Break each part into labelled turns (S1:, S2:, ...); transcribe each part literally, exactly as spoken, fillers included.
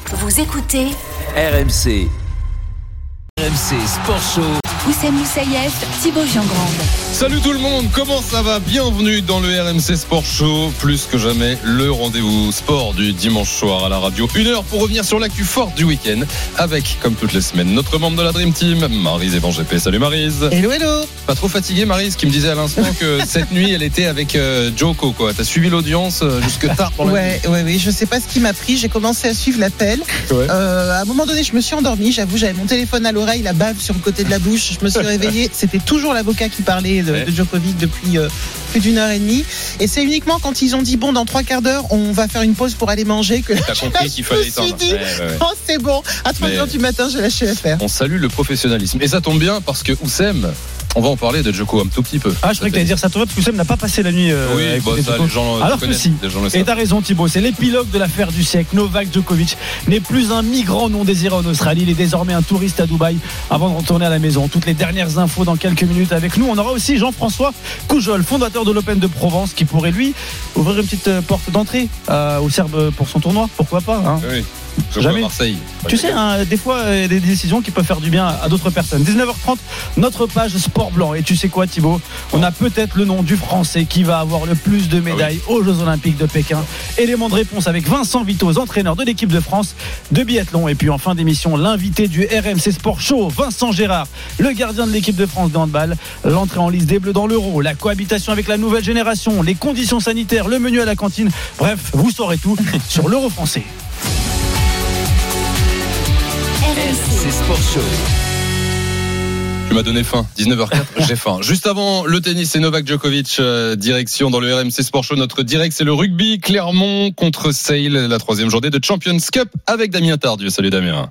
S1: Vous écoutez
S2: R M C. R M C Sport Show.
S1: Oussem Moussaïef, Thibaut Giangrande.
S3: Salut tout le monde, comment ça va? Bienvenue dans le R M C Sport Show. Plus que jamais, le rendez-vous sport du dimanche soir à la radio. Une heure pour revenir sur l'actu forte du week-end. Avec, comme toutes les semaines, notre membre de la Dream Team, Maryse Evan G P. Salut Maryse.
S4: Hello, hello.
S3: Pas trop fatiguée Maryse, qui me disait à l'instant que cette nuit, elle était avec euh, Djoko, quoi. T'as suivi l'audience euh, jusque tard dans la
S4: Ouais,
S3: nuit.
S4: ouais, oui, je sais pas ce qui m'a pris. J'ai commencé à suivre l'appel.
S3: Ouais.
S4: Euh, à un moment donné, je me suis endormie. J'avoue, j'avais mon téléphone à l'oreille, la bave sur le côté de la bouche. Je me suis réveillée. C'était toujours l'avocat qui parlait de,
S3: ouais.
S4: de Djokovic depuis euh, plus d'une heure et demie. Et c'est uniquement quand ils ont dit bon, dans trois quarts d'heure, on va faire une pause pour aller manger que
S3: T'as compris qu'il fallait
S4: je me suis
S3: éteindre.
S4: dit,
S3: Ouais, ouais, ouais.
S4: oh, c'est bon. À trois heures du matin, j'ai lâché l'affaire.
S3: On salue le professionnalisme. Et ça tombe bien parce que Oussem, on va en parler de Djoko un tout petit peu.
S5: Ah, je croyais que t'allais dire ça tombe parce que Oussem n'a pas passé la nuit. Euh,
S3: Oui,
S5: avec
S3: bah, ça,
S5: Djoko.
S3: les gens,
S5: Alors
S3: le
S5: que si.
S3: les gens le
S5: Et
S3: savent.
S5: t'as raison Thibaut, c'est l'épilogue de l'affaire du siècle. Novak Djokovic n'est plus un migrant non désiré en Australie, il est désormais un touriste à Dubaï avant de retourner à la maison. Toutes les dernières infos dans quelques minutes avec nous. On aura aussi Jean-François Coujol, fondateur de l'Open de Provence, qui pourrait lui ouvrir une petite porte d'entrée euh, aux Serbes pour son tournoi. Pourquoi pas hein.
S3: Oui.
S5: Jamais.
S3: Marseille.
S5: Tu sais, hein, des fois, il y a des décisions qui peuvent faire du bien à d'autres personnes. dix-neuf heures trente, notre page Sport Blanc. Et tu sais quoi, Thibaut? On a peut-être le nom du Français qui va avoir le plus de médailles aux Jeux Olympiques de Pékin. Élément de réponse avec Vincent Vitoz, entraîneur de l'équipe de France de biathlon. Et puis en fin d'émission, l'invité du R M C Sport Show, Vincent Gérard, le gardien de l'équipe de France de handball. L'entrée en lice des Bleus dans l'Euro, la cohabitation avec la nouvelle génération, les conditions sanitaires, le menu à la cantine. Bref, vous saurez tout sur l'Euro français.
S1: R M C.
S2: C'est Sport Show.
S3: Tu m'as donné faim, dix-neuf heures quatre, j'ai faim. Juste avant le tennis et Novak Djokovic, euh, direction dans le R M C Sport Show. Notre direct, c'est le rugby. Clermont contre Sale, la troisième journée de Champions Cup avec Damien Tardieu. Salut Damien.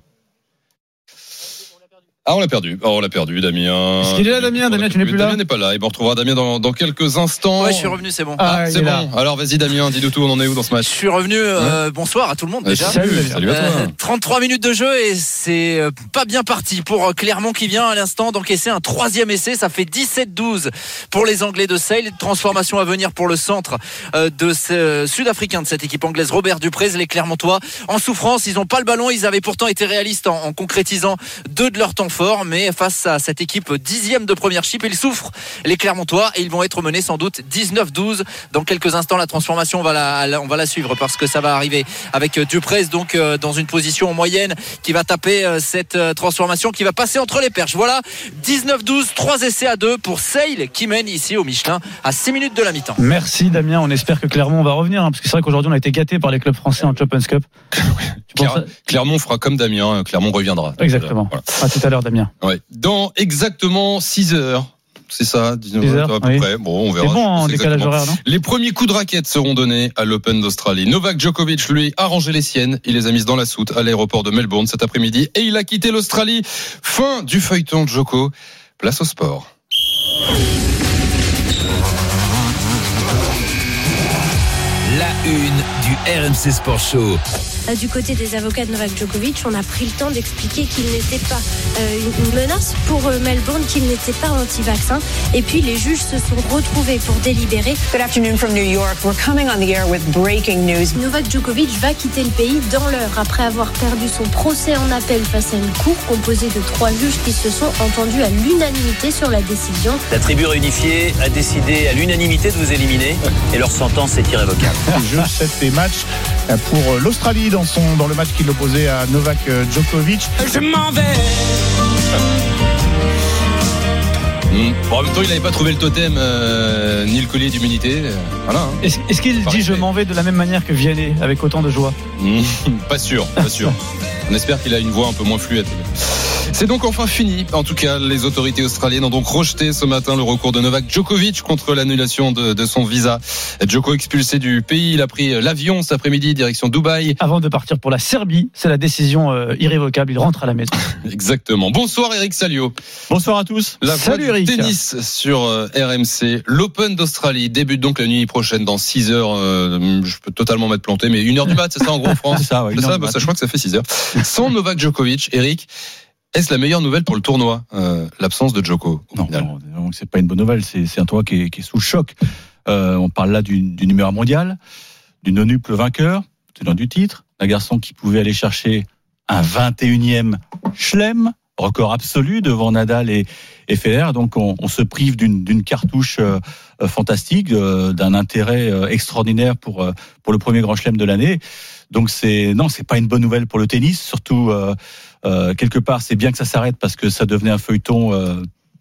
S3: Ah, on l'a perdu. Oh, on l'a perdu, Damien.
S5: Est-ce qu'il est là, Damien? Damien, tu n'es plus là?
S3: Damien n'est pas là. Et on retrouvera Damien dans, dans quelques instants.
S6: Ouais, je suis revenu, c'est bon.
S5: Ah,
S3: Ah,
S5: il
S3: c'est
S5: est
S3: bon.
S5: là.
S3: Alors, vas-y, Damien, dis-nous tout. On en est où dans ce
S6: Je
S3: match?
S6: suis revenu. Euh, bonsoir à tout le monde déjà.
S3: Salut,
S5: Salut,
S3: salut à toi.
S6: Euh, trente-trois minutes de jeu et c'est euh, pas bien parti pour Clermont qui vient à l'instant d'encaisser un troisième essai. Ça fait dix-sept douze pour les Anglais de Sale. Transformation à venir pour le centre euh, de ce euh, Sud-Africain de cette équipe anglaise, Robert Duprez. Les Clermontois en souffrance. Ils n'ont pas le ballon. Ils avaient pourtant été réalistes en, en concrétisant deux de leurs temps forts. Mais face à cette équipe dixième de première chip, ils souffrent les Clermontois et ils vont être menés sans doute dix-neuf douze. Dans quelques instants, la transformation, on va la, on va la suivre parce que ça va arriver avec Duprez, donc euh, dans une position moyenne qui va taper euh, cette euh, transformation qui va passer entre les perches. Voilà, dix-neuf douze, trois essais à deux pour Sale qui mène ici au Michelin à six minutes de la mi-temps.
S5: Merci Damien, on espère que Clermont va revenir hein, parce que c'est vrai qu'aujourd'hui on a été gâtés par les clubs français en Champions Cup. Tu
S3: Claire-
S5: penses à-
S3: Clermont fera comme Damien. Clermont reviendra.
S5: Exactement.
S3: Voilà.
S5: À tout à l'heure Damien.
S3: Ouais. Dans exactement six heures. C'est ça, dix-neuf
S5: six heures,
S3: à peu
S5: oui.
S3: près. Bon, on
S5: C'est
S3: verra.
S5: bon
S3: je
S5: en
S3: pense
S5: décalage
S3: exactement.
S5: horaire, non?
S3: Les premiers coups de raquette seront donnés à l'Open d'Australie. Novak Djokovic, lui, a rangé les siennes. Il les a mises dans la soute à l'aéroport de Melbourne cet après-midi et il a quitté l'Australie. Fin du feuilleton de Djoko. Place au sport.
S2: La une du R M C Sport Show.
S7: Du côté des avocats de Novak Djokovic, on a pris le temps d'expliquer qu'il n'était pas euh, une menace pour euh, Melbourne, qu'il n'était pas anti-vaccin. Et puis les juges se sont retrouvés pour délibérer.
S8: Good afternoon from New York. We're coming on the air with breaking news.
S7: Novak Djokovic va quitter le pays dans l'heure après avoir perdu son procès en appel face à une cour composée de trois juges qui se sont entendus à l'unanimité sur la décision.
S9: La tribu réunifiée a décidé à l'unanimité de vous éliminer et leur sentence est irrévocable.
S10: Jeu sept des matchs pour l'Australie dans, son, dans le match qui l'opposait à Novak Djokovic.
S2: Je m'en vais.
S3: Mmh. Bon, en même temps, il n'avait pas trouvé le totem euh, ni le collier d'immunité. Euh, Voilà. Hein.
S5: Est-ce, est-ce qu'il
S3: Pas
S5: dit je
S3: respect.
S5: m'en vais de la même manière que Vianney avec autant de joie?
S3: Mmh. Pas sûr, pas sûr. On espère qu'il a une voix un peu moins fluette. C'est donc enfin fini. En tout cas, les autorités australiennes ont donc rejeté ce matin le recours de Novak Djokovic contre l'annulation de, de son visa. Djoko expulsé du pays, il a pris l'avion cet après-midi direction Dubaï.
S5: Avant de partir pour la Serbie, c'est la décision euh, irrévocable, il rentre à la maison.
S3: Exactement. Bonsoir Eric Salio.
S10: Bonsoir à tous.
S3: La voix
S5: Salut,
S3: du
S5: Eric.
S3: tennis sur euh, R M C. L'Open d'Australie débute donc la nuit prochaine dans six heures. Euh, je peux totalement m'être planté, mais une heure du mat, c'est ça en gros en France.
S10: C'est ça, ouais,
S3: C'est
S10: une heure
S3: ça,
S10: du
S3: bah,
S10: mat.
S3: ça, je crois que ça fait six heures. Sans Novak Djokovic, Eric, est-ce la meilleure nouvelle pour le tournoi, euh, l'absence de Djoko au
S10: Non,
S3: final?
S10: non, non, c'est pas une bonne nouvelle. C'est, c'est un tournoi qui est, qui est sous le choc. Euh, on parle là du, du numéro mondial, du non-nuple vainqueur, tenant du titre,
S11: un garçon qui pouvait aller chercher un vingt et unième chelem, record absolu devant Nadal et, et Federer. Donc on, on se prive d'une, d'une cartouche euh, fantastique, euh, d'un intérêt euh, extraordinaire pour euh, pour le premier grand chelem de l'année. Donc c'est non, c'est pas une bonne nouvelle pour le tennis. Surtout euh, euh, quelque part, c'est bien que ça s'arrête parce que ça devenait un feuilleton euh,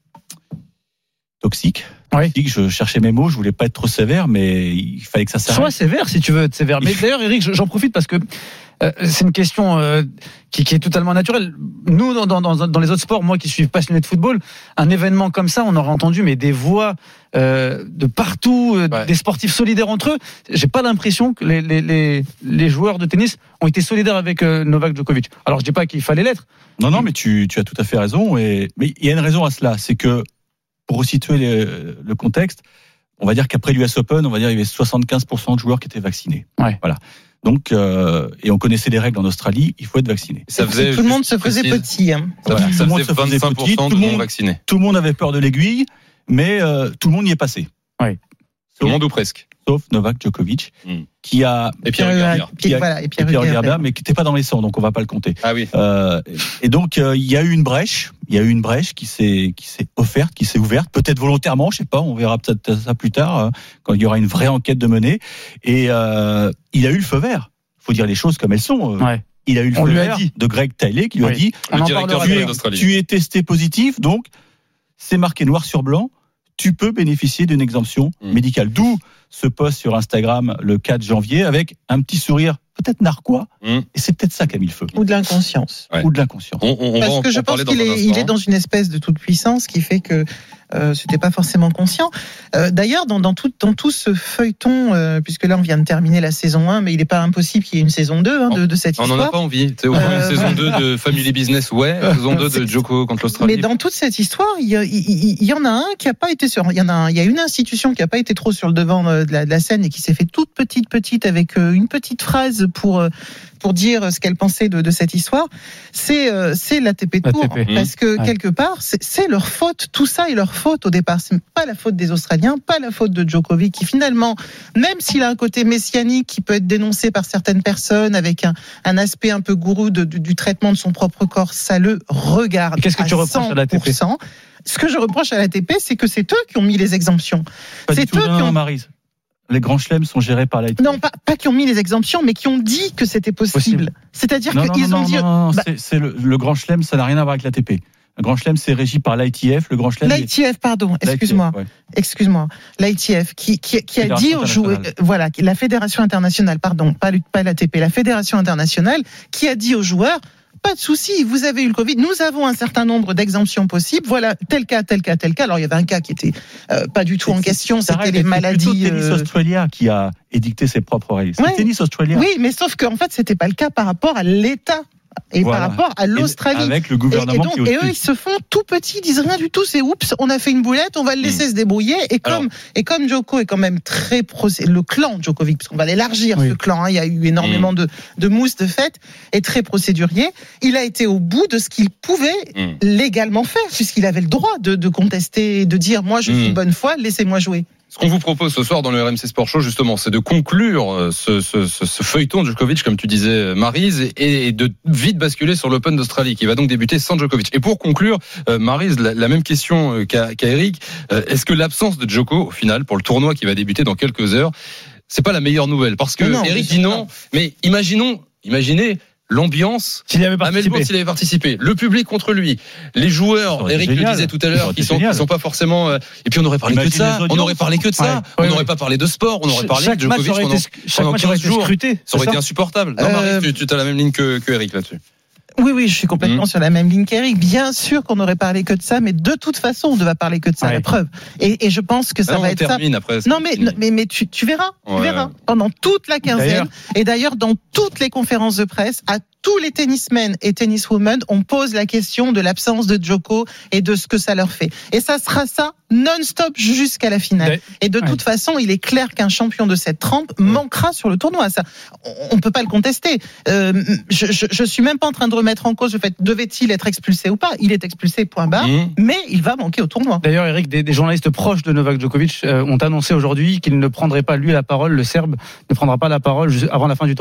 S11: toxique.
S5: Oui.
S11: Je cherchais mes mots, je voulais pas être trop sévère, mais il fallait que ça s'arrête.
S5: Sois sévère si tu veux être sévère. Mais d'ailleurs, Eric, j'en profite parce que euh, c'est une question euh, qui, qui est totalement naturelle. Nous, dans, dans, dans, dans les autres sports, moi qui suis passionné de football, un événement comme ça, on aurait entendu mais des voix euh, de partout, euh, ouais. des sportifs solidaires entre eux. J'ai pas l'impression que les, les, les, les joueurs de tennis ont été solidaires avec euh, Novak Djokovic. Alors je dis pas qu'il fallait l'être.
S11: Non, non, mais tu, tu as tout à fait raison. Et, mais il y a une raison à cela, c'est que pour resituer le, le contexte, on va dire qu'après l'U S Open, on va dire qu'il y avait soixante-quinze pour cent de joueurs qui étaient vaccinés.
S5: Ouais.
S11: Voilà. Donc, euh, et on connaissait les règles en Australie, il faut être vacciné.
S4: Ça faisait tout le monde se faisait petit. Hein.
S3: Ça,
S11: voilà.
S3: ça
S11: tout le
S3: faisait
S11: monde
S3: vingt-cinq pour cent de non vaccinés.
S11: Tout le monde avait peur de l'aiguille, mais euh, tout le monde y est passé.
S5: Ouais.
S3: Tout le monde ou presque.
S11: Sauf Novak Djokovic, mm. qui a
S3: et Pierre Gerber,
S11: qui a, voilà, et Pierre, et Pierre Gerber, mais qui n'était pas dans les cent, donc on va pas le compter.
S3: Ah oui.
S11: Euh, et donc euh, il y a eu une brèche, il y a eu une brèche qui s'est qui s'est offerte, qui s'est ouverte, peut-être volontairement, je sais pas, on verra peut-être ça plus tard euh, quand il y aura une vraie enquête de menée. Et euh, il a eu le feu vert. Faut dire les choses comme elles sont. Euh,
S5: ouais.
S11: Il a eu le
S5: on
S11: feu
S5: lui
S11: vert
S5: a dit.
S11: de Greg Taylor qui lui
S5: oui.
S11: a dit
S3: le directeur
S11: tu, es, tu es testé positif, donc c'est marqué noir sur blanc. Tu peux bénéficier d'une exemption mmh. médicale. D'où ce post sur Instagram le quatre janvier avec un petit sourire peut-être narquois. Mmh. Et c'est peut-être ça qui a mis le feu.
S4: Ou de l'inconscience.
S11: Ouais. Ou de l'inconscience.
S3: On, on,
S4: Parce
S3: on
S4: que je pense qu'il est, il est dans une espèce de toute puissance qui fait que euh, c'était pas forcément conscient. Euh, d'ailleurs, dans, dans, tout, dans tout ce feuilleton, euh, puisque là on vient de terminer la saison un, mais il n'est pas impossible qu'il y ait une saison deux hein, de, de cette
S3: on
S4: histoire.
S3: On n'en a pas envie. C'est au moins euh, une saison deux de Family Business, ouais. Saison deux de Djoko contre l'Australie.
S4: Mais dans toute cette histoire, il y, a, il, il y en a un qui n'a pas été sur. Il y en a, un, il y a une institution qui n'a pas été trop sur le devant de la, de la scène et qui s'est fait toute petite, petite avec une petite phrase pour. pour dire ce qu'elle pensait de, de cette histoire, c'est, euh, c'est l'A T P Tour.
S5: l'A T P.
S4: Parce que,
S5: ouais.
S4: quelque part, c'est, c'est leur faute. Tout ça est leur faute au départ. C'est pas la faute des Australiens, pas la faute de Djokovic, qui finalement, même s'il a un côté messianique qui peut être dénoncé par certaines personnes avec un, un aspect un peu gourou de, du, du traitement de son propre corps, ça le regarde.
S5: Qu'est-ce que tu reproches à l'A T P ?
S4: Ce que je reproche à l'A T P, c'est que c'est eux qui ont mis les exemptions.
S11: Pas
S4: c'est
S11: du tout,
S4: eux
S11: non,
S4: qui ont...
S11: Maryse. Les grands chelems sont gérés par l'A T P.
S4: Non, pas, pas qui ont mis les exemptions, mais qui ont dit que c'était possible. possible. C'est-à-dire
S11: non,
S4: qu'ils
S11: non,
S4: ont
S11: non,
S4: dit.
S11: Non, non, bah, c'est, c'est le, le grand chelem, ça n'a rien à voir avec l'A T P. Le grand chelem, c'est régi par l'I T F. Le grand chelem.
S4: L'I T F, pardon, excuse-moi. Ouais. Excuse-moi. L'I T F, qui, qui, qui a dit aux joueurs. Voilà, la Fédération internationale, pardon, pas, pas l'A T P, la Fédération internationale, qui a dit aux joueurs. Pas de souci, vous avez eu le Covid. Nous avons un certain nombre d'exemptions possibles. Voilà, tel cas, tel cas, tel cas. Alors il y avait un cas qui était euh, pas du tout en question.
S11: C'est,
S4: c'était les maladies.
S11: C'est Tennis euh... Australia qui a édicté ses propres règles. C'est
S4: ouais.
S11: Tennis Australia.
S4: Oui, mais sauf qu'en fait c'était pas le cas par rapport à l'État. Et voilà. Par rapport à l'Australie.
S11: Et avec le gouvernement
S4: et, et, donc,
S11: qui est au-dessus.
S4: Et eux, ils se font tout petits, ils disent rien du tout. C'est oups, on a fait une boulette, on va le laisser mmh. se débrouiller. Et comme, Alors, et comme Djoko est quand même très pro, le clan Djokovic, parce qu'on va l'élargir, oui. ce clan, hein, il y a eu énormément mmh. de, de mousse de fête, est très procédurier. Il a été au bout de ce qu'il pouvait mmh. légalement faire, puisqu'il avait le droit de, de contester, de dire, moi, je suis mmh. une bonne foi, laissez-moi jouer.
S3: Ce qu'on vous propose ce soir dans le R M C Sport Show, justement, c'est de conclure ce, ce, ce, ce feuilleton de Djokovic, comme tu disais, Maryse, et, et de vite basculer sur l'Open d'Australie, qui va donc débuter sans Djokovic. Et pour conclure, euh, Maryse, la, la même question qu'a, qu'a Eric. Euh, est-ce que l'absence de Djoko, au final, pour le tournoi qui va débuter dans quelques heures, c'est pas la meilleure nouvelle? Parce que non, Eric dit non, mais imaginons, imaginez, l'ambiance,
S5: s'il avait participé.
S3: à Melbourne, s'il avait participé, le public contre lui, les joueurs, Eric génial. le disait tout à l'heure, qui sont, qui sont pas forcément, euh, et puis on aurait parlé Imaginez que de ça, on aurait parlé que de ça, ouais. on n'aurait ouais. pas parlé de sport, on aurait parlé de Djokovic pendant,
S5: été, pendant quinze jours, scruté,
S3: ça aurait été insupportable. Non, euh... Marie, tu, tu as la même ligne que, que Eric là-dessus.
S4: Oui, oui, je suis complètement mmh. sur la même ligne qu'Eric. Bien sûr qu'on n'aurait parlé que de ça, mais de toute façon, on ne va parler que de ça, ouais. la preuve. Et, et je pense que ça
S3: ah non,
S4: va
S3: on
S4: être
S3: termine
S4: ça.
S3: Après,
S4: non, mais, mais, mais tu, tu verras, ouais. tu verras. Pendant toute la quinzaine, d'ailleurs. et d'ailleurs dans toutes les conférences de presse, à tous les tennismen et tenniswomen, on pose la question de l'absence de Djoko et de ce que ça leur fait. Et ça sera ça non-stop jusqu'à la finale. Ouais. Et de ouais. toute façon, il est clair qu'un champion de cette trempe ouais. manquera sur le tournoi. Ça, on ne peut pas le contester. Euh, je, je, je suis même pas en train de remettre en cause le fait devait-il être expulsé ou pas. Il est expulsé, point barre. Mmh. Mais il va manquer au tournoi.
S5: D'ailleurs, Eric, des, des journalistes proches de Novak Djokovic euh, ont annoncé aujourd'hui qu'il ne prendrait pas lui la parole. Le Serbe ne prendra pas la parole avant la fin du tournoi.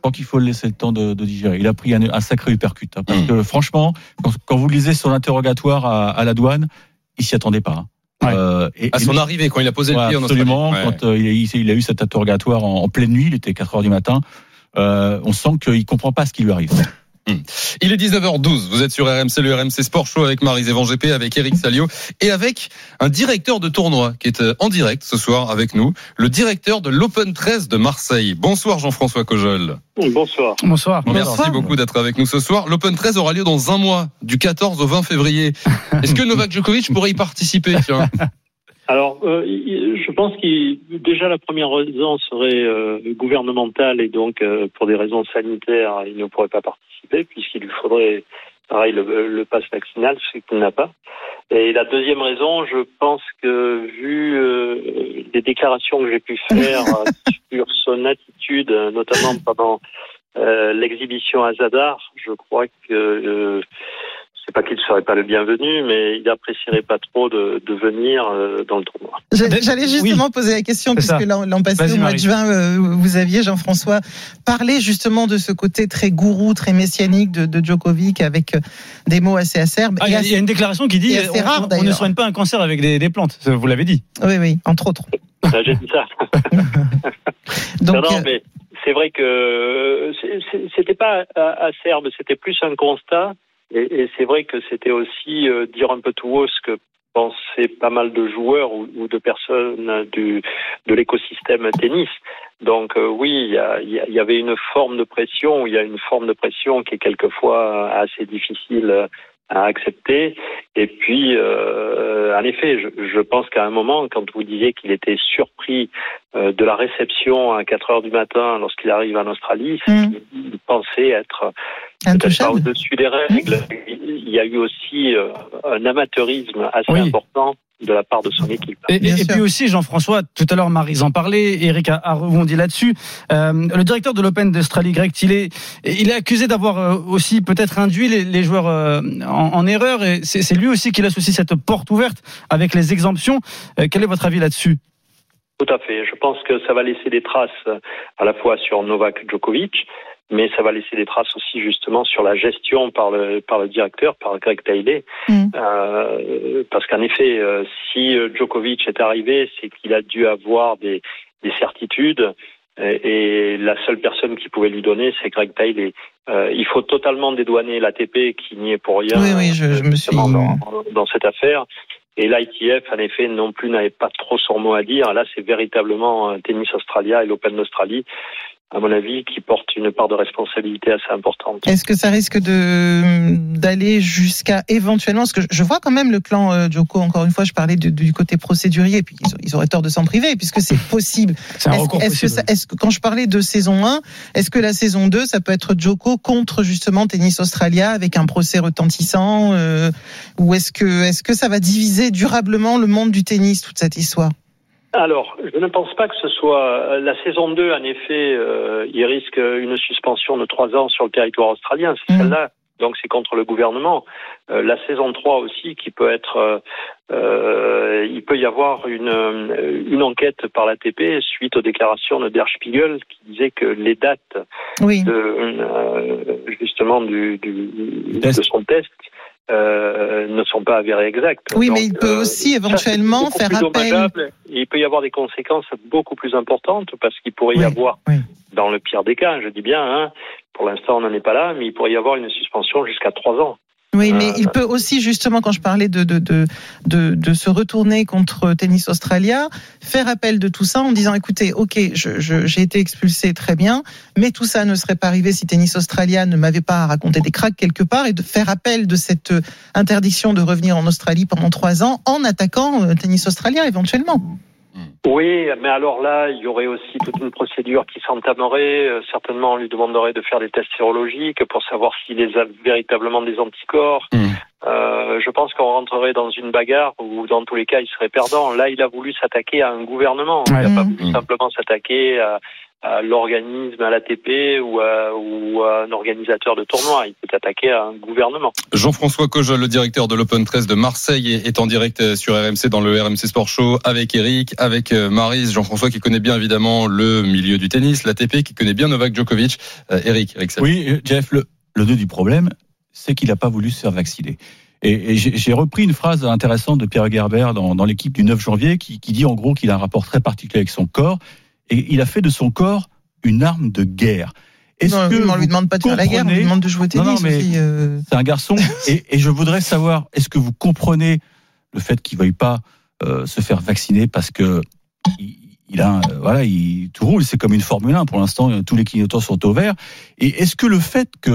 S11: crois qu'il faut le laisser le temps de, de digérer. Il a pris un, un sacré uppercut. Hein, parce mmh. que franchement, quand, quand vous lisez son interrogatoire à, à la douane, il s'y attendait pas. Hein.
S3: Ouais. Euh, et, à son et, arrivée, quand il a posé ouais, le pied en Australie.
S11: Absolument. Ouais. Quand euh, il, a, il a eu cet interrogatoire en, en pleine nuit, il était quatre heures du matin. Euh, on sent qu'il comprend pas ce qui lui arrive.
S3: Il est dix-neuf heures douze, vous êtes sur R M C, le R M C Sport Show avec Marie-Zévan G P, avec Eric Salio et avec un directeur de tournoi qui est en direct ce soir avec nous, le directeur de l'Open treize de Marseille. Bonsoir Jean-François Cojol.
S12: Bonsoir.
S5: Bonsoir.
S3: Merci
S5: Bonsoir.
S3: beaucoup d'être avec nous ce soir. L'Open treize aura lieu dans un mois, du quatorze au vingt février. Est-ce que Novak Djokovic pourrait y participer, tiens?
S12: Alors, euh, je pense que déjà la première raison serait euh, gouvernementale et donc euh, pour des raisons sanitaires, il ne pourrait pas participer puisqu'il lui faudrait, pareil, le, le pass vaccinal, ce qu'il n'a pas. Et la deuxième raison, je pense que vu euh, les déclarations que j'ai pu faire sur son attitude, notamment pendant euh, l'exhibition à Zadar, je crois que euh, c'est pas qu'il ne serait pas le bienvenu, mais il n'apprécierait pas trop de, de venir euh, dans le tournoi.
S4: J'allais justement oui. poser la question, c'est puisque l'an, l'an passé, Vas-y, au mois Marie. de juin, euh, vous aviez, Jean-François, parlé justement de ce côté très gourou, très messianique de, de Djokovic, avec des mots assez acerbes.
S5: Ah, il y, assez, y a une déclaration qui dit on, rare, on ne soigne pas un cancer avec des, des plantes, vous l'avez dit.
S4: Oui, oui, entre autres.
S12: Ah, j'ai dit ça. Donc, non, non, euh... mais c'est vrai que c'était pas acerbe, c'était plus un constat. Et, et c'est vrai que c'était aussi euh, dire un peu tout haut ce que pensaient pas mal de joueurs ou, ou de personnes du, de l'écosystème tennis. Donc euh, oui, il y, a, il y avait une forme de pression, il y a une forme de pression qui est quelquefois assez difficile à accepter. Et puis, euh, en effet, je, je pense qu'à un moment, quand vous disiez qu'il était surpris euh, de la réception à quatre heures du matin lorsqu'il arrive en Australie, mmh. il pensait être peut-être pas au-dessus des règles. Il y a eu aussi euh, un amateurisme assez oui. important de la part de son équipe.
S5: Et, et, et puis aussi, Jean-François, tout à l'heure, Maryse en parlait, Eric a, a rebondi là-dessus. Euh, le directeur de l'Open d'Australie, Greg Tillet, il est accusé d'avoir euh, aussi peut-être induit les, les joueurs euh, en, en erreur, et c'est, c'est lui aussi qui associe cette porte ouverte avec les exemptions. Euh, quel est votre avis là-dessus ?
S12: Tout à fait. Je pense que ça va laisser des traces à la fois sur Novak Djokovic, mais ça va laisser des traces aussi justement sur la gestion par le par le directeur, par Greg Tillet, mmh. euh, parce qu'en effet, euh, si Djokovic est arrivé, c'est qu'il a dû avoir des des certitudes, et, et la seule personne qui pouvait lui donner, c'est Greg Tillet. Euh, il faut totalement dédouaner l'A T P qui n'y est pour rien.
S4: Oui, oui, je, je me suis
S12: dans, dans cette affaire. Et l'I T F, en effet, non plus n'avait pas trop son mot à dire. Là, c'est véritablement Tennis Australia et l'Open d'Australie, à mon avis, qui portent une part de responsabilité assez importante.
S4: Est-ce que ça risque de d'aller jusqu'à éventuellement, parce que je vois quand même le clan euh, Djoko, encore une fois, je parlais de, du côté procédurier, et puis ils, ils auraient tort de s'en priver, puisque c'est possible.
S5: C'est un
S4: est-ce,
S5: recours
S4: est-ce
S5: possible.
S4: Que ça, est-ce que quand je parlais de saison un, est-ce que la saison deux, ça peut être Djoko contre justement Tennis Australia avec un procès retentissant, euh, ou est-ce que est-ce que ça va diviser durablement le monde du tennis, toute cette histoire?
S12: Alors, je ne pense pas que ce soit la saison deux. En effet, euh, il risque une suspension de trois ans sur le territoire australien. C'est mmh. celle-là. Donc, c'est contre le gouvernement. Euh, la saison trois aussi, qui peut être, euh, il peut y avoir une une enquête par l'A T P suite aux déclarations de Der Spiegel qui disait que les dates
S4: oui.
S12: de euh, justement du, du de son test. Euh, ne sont pas avérés exacts.
S4: Oui,
S12: Donc,
S4: mais il peut aussi euh, éventuellement faire appel.
S12: Il peut y avoir des conséquences beaucoup plus importantes parce qu'il pourrait oui, y avoir,
S4: oui.
S12: dans le pire des cas, je dis bien, hein, pour l'instant on n'en est pas là, mais il pourrait y avoir une suspension jusqu'à trois ans.
S4: Oui, mais euh, il peut aussi, justement, quand je parlais de, de, de, de, de se retourner contre Tennis Australia, faire appel de tout ça en disant, écoutez, ok, je, je, j'ai été expulsé, très bien, mais tout ça ne serait pas arrivé si Tennis Australia ne m'avait pas raconté des cracks quelque part, et de faire appel de cette interdiction de revenir en Australie pendant trois ans en attaquant Tennis Australia éventuellement.
S12: Oui, mais alors là, il y aurait aussi toute une procédure qui s'entamerait. Euh, certainement, on lui demanderait de faire des tests sérologiques pour savoir s'il a véritablement des anticorps. Mmh. Euh, je pense qu'on rentrerait dans une bagarre où, dans tous les cas, il serait perdant. Là, il a voulu s'attaquer à un gouvernement. Ouais. Il n'a pas voulu mmh. simplement s'attaquer à, à l'organisme, à l'A T P ou à, ou à un organisateur de tournoi. Il peut attaquer à un gouvernement.
S3: Jean-François Cojol, le directeur de l'Open treize de Marseille, est en direct sur R M C dans le R M C Sport Show avec Eric, avec Maryse. Jean-François qui connaît bien évidemment le milieu du tennis, l'A T P, qui connaît bien Novak Djokovic. Euh, Eric, Eric salut.
S11: Oui, Jeff, le, le nœud du problème, c'est qu'il n'a pas voulu se faire vacciner. Et, et j'ai, j'ai repris une phrase intéressante de Pierre Gerber dans, dans l'équipe du neuf janvier qui, qui dit en gros qu'il a un rapport très particulier avec son corps et il a fait de son corps une arme de guerre. Est-ce
S4: non,
S11: que
S4: on lui demande pas de faire la guerre, on lui demande de jouer au tennis.
S11: Non, non, mais
S4: aussi, euh...
S11: c'est un garçon et, et je voudrais savoir, est-ce que vous comprenez le fait qu'il veuille pas euh, se faire vacciner parce que il, il a, euh, voilà, il tout roule, c'est comme une Formule un pour l'instant, tous les clignotants sont au vert. Et est-ce que le fait que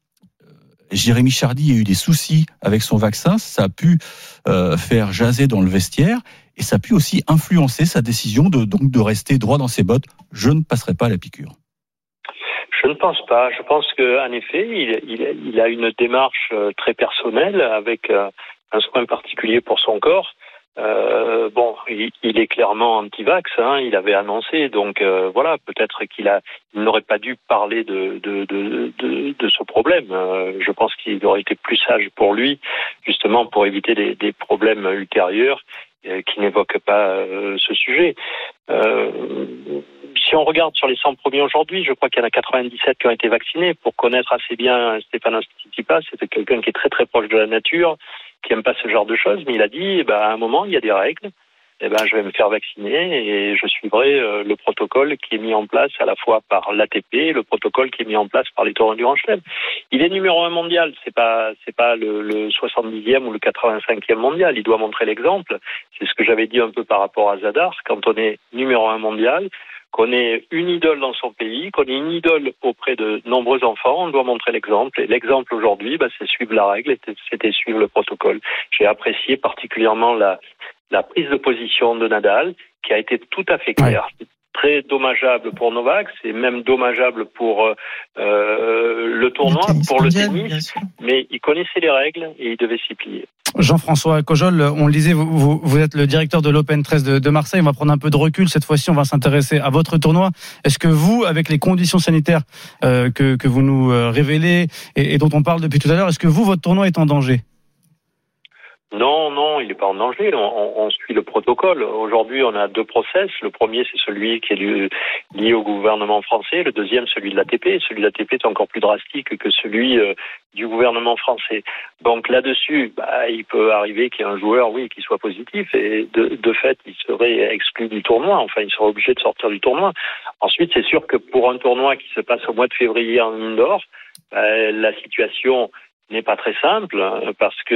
S11: Jérémy Chardy a eu des soucis avec son vaccin, ça a pu euh, faire jaser dans le vestiaire et ça a pu aussi influencer sa décision de, donc, de rester droit dans ses bottes. Je ne passerai pas à la piqûre.
S12: Je ne pense pas. Je pense qu'en effet, il, il, il a une démarche très personnelle avec un soin particulier pour son corps. Euh, bon, il, il est clairement anti-vax, hein, il avait annoncé, donc euh, voilà, peut-être qu'il a, il n'aurait pas dû parler de de de de, de ce problème. Euh, je pense qu'il aurait été plus sage pour lui, justement, pour éviter des, des problèmes ultérieurs, euh, qui n'évoquent pas euh, ce sujet. Euh, si on regarde sur les cent premiers aujourd'hui, je crois qu'il y en a quatre-vingt-dix-sept qui ont été vaccinés. Pour connaître assez bien Stefanos Tsitsipas, c'était quelqu'un qui est très très proche de la nature, qui aime pas ce genre de choses, mais il a dit, bah, à un moment, il y a des règles, et ben, je vais me faire vacciner et je suivrai euh, le protocole qui est mis en place à la fois par l'A T P, le protocole qui est mis en place par les tournois du Grand Chelem. Il est numéro un mondial, c'est pas, c'est pas le, le soixante-dixième ou le quatre-vingt-cinquième mondial, il doit montrer l'exemple. C'est ce que j'avais dit un peu par rapport à Zadar, quand on est numéro un mondial, qu'on est une idole dans son pays, qu'on est une idole auprès de nombreux enfants, on doit montrer l'exemple. Et l'exemple aujourd'hui, bah, c'est suivre la règle, c'était suivre le protocole. J'ai apprécié particulièrement la, la prise de position de Nadal, qui a été tout à fait claire. Ouais. Très dommageable pour Novak, c'est même dommageable pour euh, le tournoi, le pour le tennis, mais il connaissait les règles et il devait s'y plier.
S5: Jean-François Cojol, on le disait, vous, vous, vous êtes le directeur de l'Open treize de, de Marseille. On va prendre un peu de recul. Cette fois-ci, on va s'intéresser à votre tournoi. Est-ce que vous, avec les conditions sanitaires euh, que, que vous nous euh, révélez et, et dont on parle depuis tout à l'heure, est-ce que vous, votre tournoi est en danger ?
S12: Non, non, il n'est pas en danger. On, on suit le protocole. Aujourd'hui, on a deux process. Le premier, c'est celui qui est lié au gouvernement français. Le deuxième, celui de l'A T P. Celui de l'A T P est encore plus drastique que celui euh, du gouvernement français. Donc là-dessus, bah, il peut arriver qu'il y ait un joueur, oui, qui soit positif. Et de, de fait, il serait exclu du tournoi. Enfin, il serait obligé de sortir du tournoi. Ensuite, c'est sûr que pour un tournoi qui se passe au mois de février en indoor, bah, la situation n'est pas très simple parce que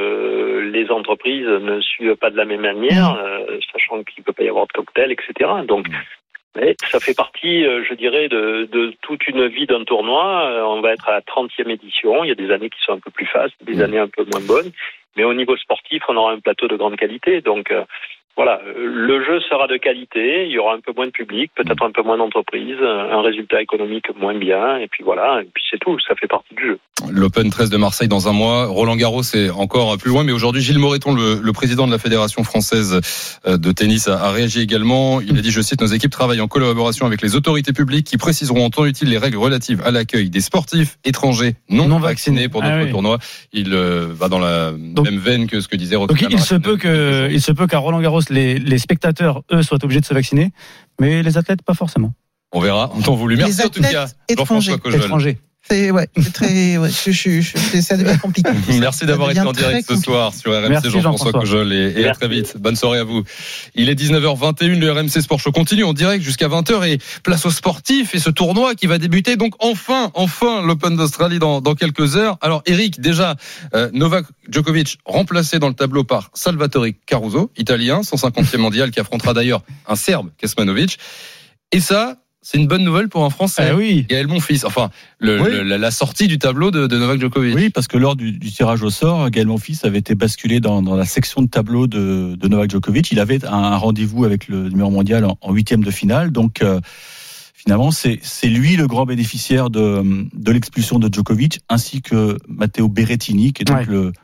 S12: euh, les entreprises ne suivent pas de la même manière, euh, sachant qu'il peut pas y avoir de cocktail, et cetera. Donc, mais ça fait partie, euh, je dirais, de, de toute une vie d'un tournoi. Euh, on va être à la trentième édition. Il y a des années qui sont un peu plus fastes, des années un peu moins bonnes. Mais au niveau sportif, on aura un plateau de grande qualité. Donc, euh, voilà, le jeu sera de qualité, il y aura un peu moins de public, peut-être un peu moins d'entreprises, un résultat économique moins bien, et puis voilà, et puis c'est tout, ça fait partie du jeu.
S3: L'Open treize de Marseille dans un mois, Roland Garros c'est encore plus loin, mais aujourd'hui Gilles Moreton, le, le président de la Fédération française de tennis, a, a réagi également. Il a dit, je cite, nos équipes travaillent en collaboration avec les autorités publiques qui préciseront en temps utile les règles relatives à l'accueil des sportifs étrangers non, non vaccinés pour d'autres ah oui. tournois. Il euh, va dans la donc, même veine que ce que disait Roland.
S5: Donc il se peut que, il se peut qu'à Roland Garros les, les spectateurs, eux, soient obligés de se vacciner, mais les athlètes, pas forcément.
S3: On verra, en temps voulu. Merci en tout cas, Jean-François Cojol.
S5: Étrangers.
S4: C'est, ouais, c'est très, ouais, je, je, je, ça devient compliqué.
S3: Merci d'avoir été en direct ce soir sur R M C. Merci Jean-François Cojol et, et à très vite. Bonne soirée à vous. Il est dix-neuf heures vingt et une, le R M C Sport Show continue en direct jusqu'à vingt heures et place aux sportifs et ce tournoi qui va débuter donc enfin, enfin l'Open d'Australie dans, dans quelques heures. Alors Eric, déjà, euh, Novak Djokovic remplacé dans le tableau par Salvatore Caruso, italien, cent cinquantième mondial qui affrontera d'ailleurs un Serbe, Kecmanovic. Et ça, c'est une bonne nouvelle pour un Français.
S5: Ah oui.
S3: Gaël Monfils. Enfin, le,
S11: oui.
S3: le, la, la sortie du tableau de, de Novak Djokovic.
S11: Oui, parce que lors du, du tirage au sort, Gaël Monfils avait été basculé dans, dans la section de tableau de, de Novak Djokovic. Il avait un, un rendez-vous avec le numéro mondial en, en huitième de finale. Donc, euh, finalement, c'est, c'est lui le grand bénéficiaire de, de l'expulsion de Djokovic, ainsi que Matteo Berrettini, qui est donc ouais. le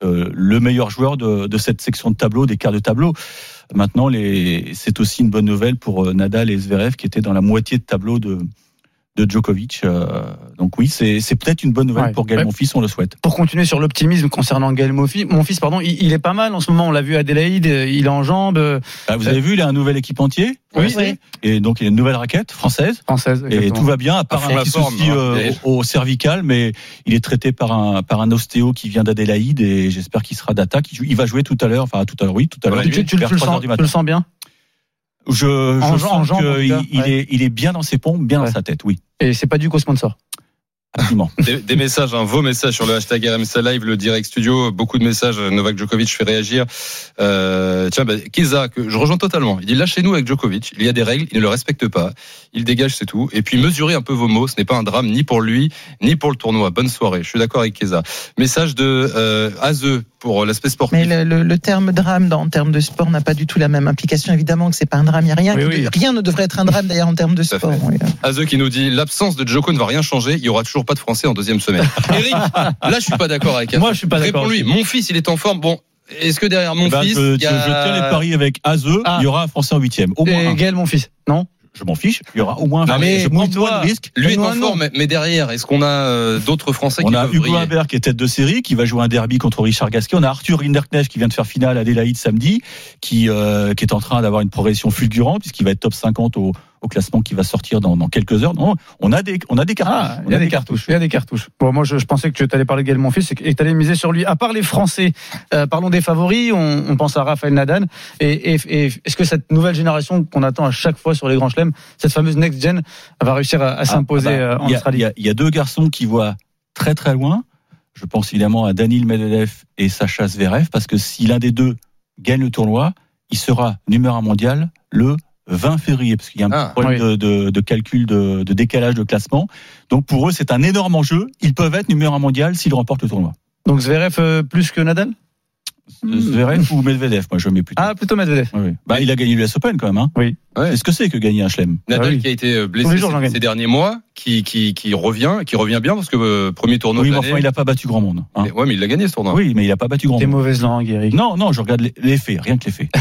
S11: euh, le meilleur joueur de, de cette section de tableau, des quarts de tableau. Maintenant, les, c'est aussi une bonne nouvelle pour Nadal et Zverev qui étaient dans la moitié de tableau de, de Djokovic. Euh, donc oui, c'est, c'est peut-être une bonne nouvelle ouais, pour Gaël ouais. Monfils, on le souhaite.
S5: Pour continuer sur l'optimisme concernant Gaël Monfils, Monfils pardon, il, il est pas mal en ce moment. On l'a vu à Adélaïde, il est en jambes.
S11: Ah, vous avez vu, il a un nouvel équipementier.
S5: Oui. oui.
S11: Et donc il a une nouvelle raquette française.
S5: Française.
S11: Et tout va bien, à part un petit souci euh, au, au cervical, mais il est traité par un par un ostéo qui vient d'Adélaïde et j'espère qu'il sera d'attaque. Il va jouer tout à l'heure, enfin tout à l'heure, oui, tout à l'heure.
S5: Tu, tu, tu, le, sens, tu le sens bien?
S11: Je,
S5: en
S11: je sens
S5: jambe,
S11: qu'il il
S5: ouais.
S11: est, il est bien dans ses pompes, bien ouais. dans sa tête, oui.
S5: Et c'est pas dû qu'au sponsor.
S11: Absolument.
S3: Des, des messages, hein, vos messages sur le hashtag R M C Live, le Direct Studio, beaucoup de messages. Novak Djokovic fait réagir. Euh, tiens, bah, Keza, que je rejoins totalement. Il dit lâchez-nous avec Djokovic. Il y a des règles, il ne le respecte pas. Il dégage, c'est tout. Et puis mesurez un peu vos mots. Ce n'est pas un drame ni pour lui ni pour le tournoi. Bonne soirée. Je suis d'accord avec Keza. Message de euh, Aze pour l'aspect sportif.
S4: Mais le, le, le terme drame dans en termes de sport n'a pas du tout la même implication. Évidemment que c'est pas un drame. Il y a rien.
S5: Oui,
S4: oui.
S5: De,
S4: rien ne devrait être un drame d'ailleurs en termes de sport. Oui.
S3: Aze qui nous dit l'absence de Djoko ne va rien changer. Il y aura toujours pas de Français en deuxième semaine. Eric, là je suis pas d'accord avec Aze.
S5: Moi je suis pas d'accord.
S3: Réponds-lui. Mon fils, il est en forme. Bon. Est-ce que derrière mon
S11: bah,
S3: fils,
S11: je,
S3: il y a...
S11: je tiens les paris avec Aze, ah. il y aura un Français en huitième. Au moins
S5: et
S11: un.
S5: Gaël Monfils, non?
S11: Je m'en fiche, il y aura au moins un.
S3: Non, mais
S11: je prends moins de risques.
S3: Lui est en forme, mais derrière, est-ce qu'on a euh, d'autres Français
S11: on
S3: qui
S11: a
S3: peuvent
S11: Hugo
S3: briller?
S11: Humbert qui est tête de série, qui va jouer un derby contre Richard Gasquet. On a Arthur Rinderknecht qui vient de faire finale à Adélaïde samedi, qui euh, qui est en train d'avoir une progression fulgurante puisqu'il va être top cinquante au au classement qui va sortir dans, dans quelques heures. Non, on a des, on a des cartouches.
S5: Ah, il y a, a des, des cartouches. cartouches. Il y a des cartouches. Bon, moi, je, je pensais que tu allais parler de Gaël Monfils et que tu allais miser sur lui. À part les Français, euh, parlons des favoris. On, on pense à Rafael Nadal. Et, et, et est-ce que cette nouvelle génération qu'on attend à chaque fois sur les grands chelems, cette fameuse next gen, va réussir à, à s'imposer ah, bah, en
S11: y a,
S5: Australie?
S11: Il y a, il y a deux garçons qui voient très très loin. Je pense évidemment à Daniil Medvedev et Sacha Zverev, parce que si l'un des deux gagne le tournoi, il sera numéro un mondial le vingt février, parce qu'il y a un ah, problème oui. de, de, de calcul de, de décalage de classement. Donc pour eux, c'est un énorme enjeu. Ils peuvent être numéro un mondial s'ils remportent le tournoi.
S5: Donc Zverev euh, plus que Nadal?
S11: Zverev mmh. ou Medvedev, moi je mets plutôt.
S5: Ah, plutôt Medvedev.
S11: Oui, oui. Bah, il a gagné l'U S Open quand même. Hein.
S5: Oui.
S11: Ouais. C'est ce que c'est que gagner un chelem.
S3: Nadal
S5: ah, oui.
S3: qui a été blessé jours, ces, ces derniers mois, qui, qui, qui revient, qui revient bien parce que euh, premier tournoi.
S11: Oui,
S3: de
S11: mais enfin, il n'a pas battu grand monde. Hein.
S3: Mais, ouais, mais il a gagné ce tournoi.
S11: Oui, mais il n'a pas battu grand
S5: T'es
S11: monde.
S5: T'es mauvaise langue, Eric.
S11: Non, non, je regarde les, les faits, rien que les faits.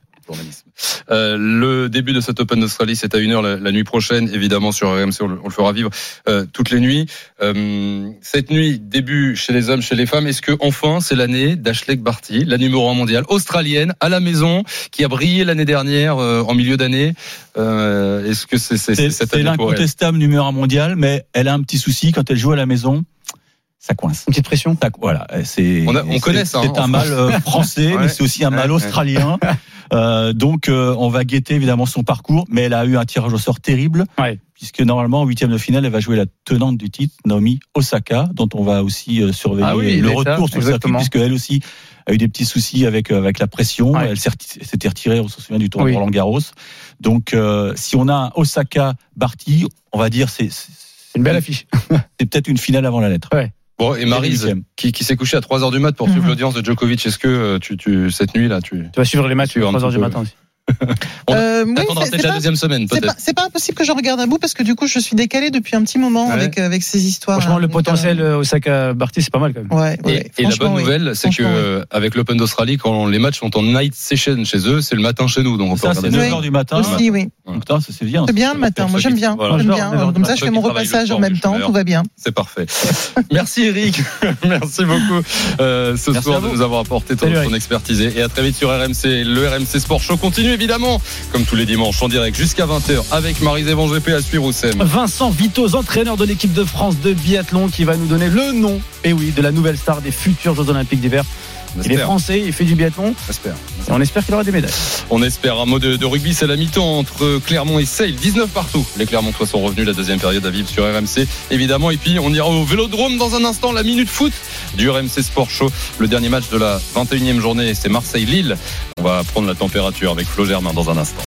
S3: Euh, le début de cet Open d'Australie, c'est à une heure la, la nuit prochaine, évidemment sur R M C, on le, on le fera vivre euh, toutes les nuits. Euh, cette nuit, début chez les hommes, chez les femmes. Est-ce que enfin c'est l'année d'Ashleigh Barty, la numéro un mondiale australienne à la maison, qui a brillé l'année dernière euh, en milieu d'année? euh, Est-ce que c'est, c'est, c'est, cette
S11: c'est l'incontestable numéro un mondial, mais elle a un petit souci quand elle joue à la maison. Ça coince.
S5: Une petite pression.
S11: Ça, voilà, c'est.
S3: On, a, on
S11: c'est,
S3: connaît ça.
S11: C'est hein, un mal français, ouais, mais c'est aussi un mal ouais, australien. Ouais. Euh, donc, euh, on va guetter évidemment son parcours, mais elle a eu un tirage au sort terrible,
S5: ouais.
S11: puisque normalement en huitième de finale, elle va jouer la tenante du titre, Naomi Osaka, dont on va aussi euh, surveiller
S5: ah oui,
S11: le retour sur le circuit, puisque elle aussi a eu des petits soucis avec avec la pression. Ouais. Elle s'était retirée, on se souvient du tournoi oui. de Roland Garros. Donc, euh, si on a un Osaka Barty, on va dire c'est, c'est,
S5: c'est une belle affiche.
S11: C'est peut-être une finale avant la lettre.
S5: Ouais.
S3: Bon, et Maryse, qui, qui s'est couchée à trois heures du mat pour suivre mmh. l'audience de Djokovic, est-ce que tu, tu, cette nuit-là, tu...
S5: Tu vas suivre les matchs à trois heures du matin aussi.
S3: On euh, oui, attendra peut-être la deuxième semaine, peut-être.
S4: C'est pas, c'est pas impossible que je regarde à bout parce que du coup, je suis décalé depuis un petit moment ouais. avec avec ces histoires.
S5: Franchement,
S4: là,
S5: le potentiel euh... Osaka Barty, c'est pas mal quand même.
S4: Ouais. ouais
S3: et, et la bonne
S4: oui.
S3: nouvelle, c'est que oui. avec l'Open d'Australie, quand les matchs sont en night session chez eux, c'est le matin chez nous, donc on peut
S11: ça,
S3: regarder.
S11: C'est neuf heures du matin.
S4: Aussi, oui.
S11: Donc ça, c'est bien.
S4: C'est bien le matin. Moi, j'aime bien.
S3: Voilà.
S4: J'aime bien. Comme ça, je fais mon repassage en même temps. Tout va bien.
S3: C'est parfait. Merci Eric. Merci beaucoup ce soir de nous avoir apporté ton expertise et à très vite sur R M C. Le R M C Sport Show continue évidemment. Comme tous les dimanches en direct jusqu'à vingt heures avec Maryse Evan G P à suivre au S E M.
S5: Vincent Vitoz, entraîneur de l'équipe de France de biathlon, qui va nous donner le nom, et oui, de la nouvelle star des futurs Jeux Olympiques d'hiver. Il est français, il fait du biathlon.
S3: J'espère.
S5: Et on espère qu'il aura des médailles.
S3: On espère. Un mot de, de rugby, c'est la mi-temps entre Clermont et Sale. dix-neuf partout. Les Clermontois sont revenus, la deuxième période à vivre sur R M C, évidemment. Et puis, on ira au Vélodrome dans un instant. La minute foot du R M C Sport Show. Le dernier match de la vingt et unième journée, c'est Marseille-Lille. On va prendre la température avec Flo Germain dans un instant.
S2: R M C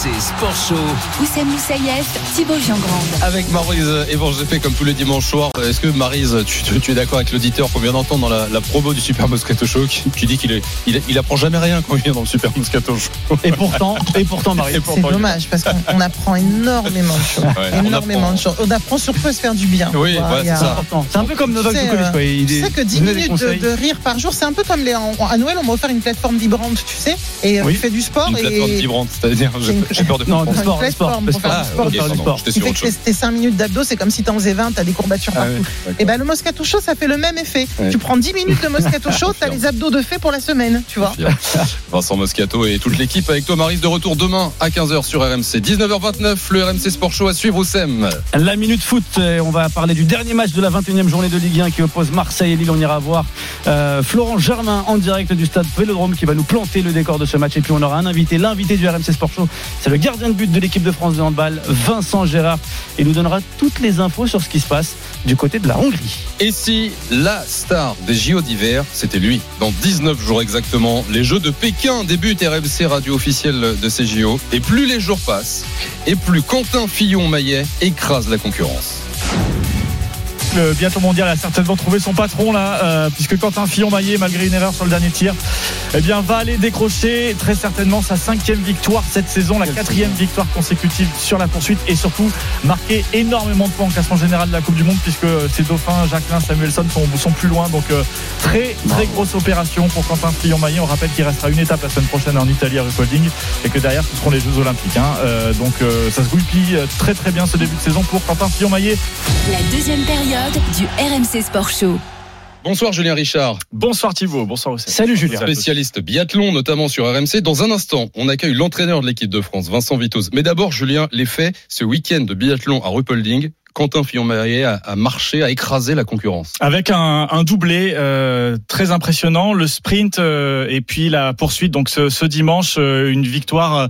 S2: C Sport Show.
S1: Oussem Moussaïef, Thibaut Jean-Grande.
S3: Avec Maryse Evan-G P comme tous les dimanches soirs. Est-ce que Maryse, tu, tu, tu es d'accord avec l'auditeur qu'on vient d'entendre dans la, la promo du Super Moscato Show qui, qui dit qu'il est, il, il apprend jamais rien quand il vient dans le Super Moscato Show.
S5: Et pourtant, et pourtant Maryse.
S4: C'est dommage parce qu'on on apprend énormément de choses.
S3: Ouais,
S4: énormément de choses. On apprend sur quoi se faire du bien.
S3: Oui, ouais,
S4: il y a-
S3: c'est ça.
S5: C'est un peu comme Novak
S4: Tu sais,
S5: Djokovic. quoi. Il
S4: Tu
S5: est-
S4: sais que dix
S5: il donne des
S4: minutes de,
S5: conseils.
S4: de rire par jour, c'est un peu comme les, en- à Noël, on m'a offert une plateforme vibrante, tu sais, et euh,
S5: Oui.
S4: tu fais du sport
S3: Une plateforme
S4: et
S3: vibrante, c'est-à-dire, j'ai,
S4: une-
S3: j'ai peur de
S5: Non,
S3: comprendre.
S5: du sport,
S4: une
S5: du sport,
S4: plateforme
S5: du
S4: pour faire
S5: sport.
S4: du sport,
S3: ok,
S4: du
S3: pardon,
S4: sport.
S3: j'étais
S4: Qui
S3: sur
S4: fait
S3: autre
S4: que
S3: chose.
S4: tes cinq minutes d'abdos, c'est comme si t'en faisais vingt, t'as des courbatures
S3: Ah
S4: partout.
S3: ouais, d'accord.
S4: Et ben le Moscato Show, ça fait le même effet.
S3: Ouais.
S4: Tu prends dix minutes de Moscato Show, t'as les abdos de fait pour la semaine, tu vois.
S3: Vincent Moscato et toute l'équipe avec toi, Maryse, de retour demain à quinze heures sur R M C. dix-neuf heures vingt-neuf, le R M C Sport Show à suivre au S E M.
S5: La minute foot, euh, on va parler du dernier match de la vingt et unième journée de Ligue un qui oppose Marseille et Lille. On ira voir euh, Florent Germain en direct du stade Vélodrome qui va nous planter le décor de ce match. Et puis on aura un invité, l'invité du R M C Sport Show, c'est le gardien de but de l'équipe de France de handball, Vincent Gérard. Il nous donnera toutes les infos sur ce qui se passe du côté de la Hongrie.
S3: Et si la star des J O d'hiver, c'était lui. Dans dix-neuf jours exactement, les Jeux de Pékin débutent. R M C, radio officielle de ces J O. Et plus les jours passent, et plus Quentin Fillon-Maillet écrase la concurrence.
S13: Le biathlon mondial a certainement trouvé son patron là, euh, puisque Quentin Fillon-Maillet, malgré une erreur sur le dernier tir, eh bien, va aller décrocher très certainement sa cinquième victoire cette saison, la quatrième victoire consécutive sur la poursuite et surtout marquer énormément de points en classement général de la Coupe du Monde puisque ses dauphins Jacqueline, Samuelson sont, sont plus loin. Donc euh, très très grosse opération pour Quentin Fillon-Maillet. On rappelle qu'il restera une étape la semaine prochaine en Italie à Ruhpolding et que derrière ce seront les Jeux Olympiques. Hein. Euh, donc euh, ça se goupille très très bien ce début de saison pour Quentin Fillon-Maillet.
S1: La deuxième période du R M C Sport Show.
S3: Bonsoir Julien Richard.
S13: Bonsoir Thibaut, bonsoir Oussem.
S5: Salut Julien.
S3: Spécialiste biathlon, notamment sur R M C. Dans un instant, on accueille l'entraîneur de l'équipe de France, Vincent Vitoz. Mais d'abord, Julien, les faits, ce week-end de biathlon à Ruhpolding, Quentin Fillon-Maillet a, a marché, a écrasé la concurrence.
S13: Avec un, un doublé euh, très impressionnant, le sprint euh, et puis la poursuite. Donc ce, ce dimanche, euh, une victoire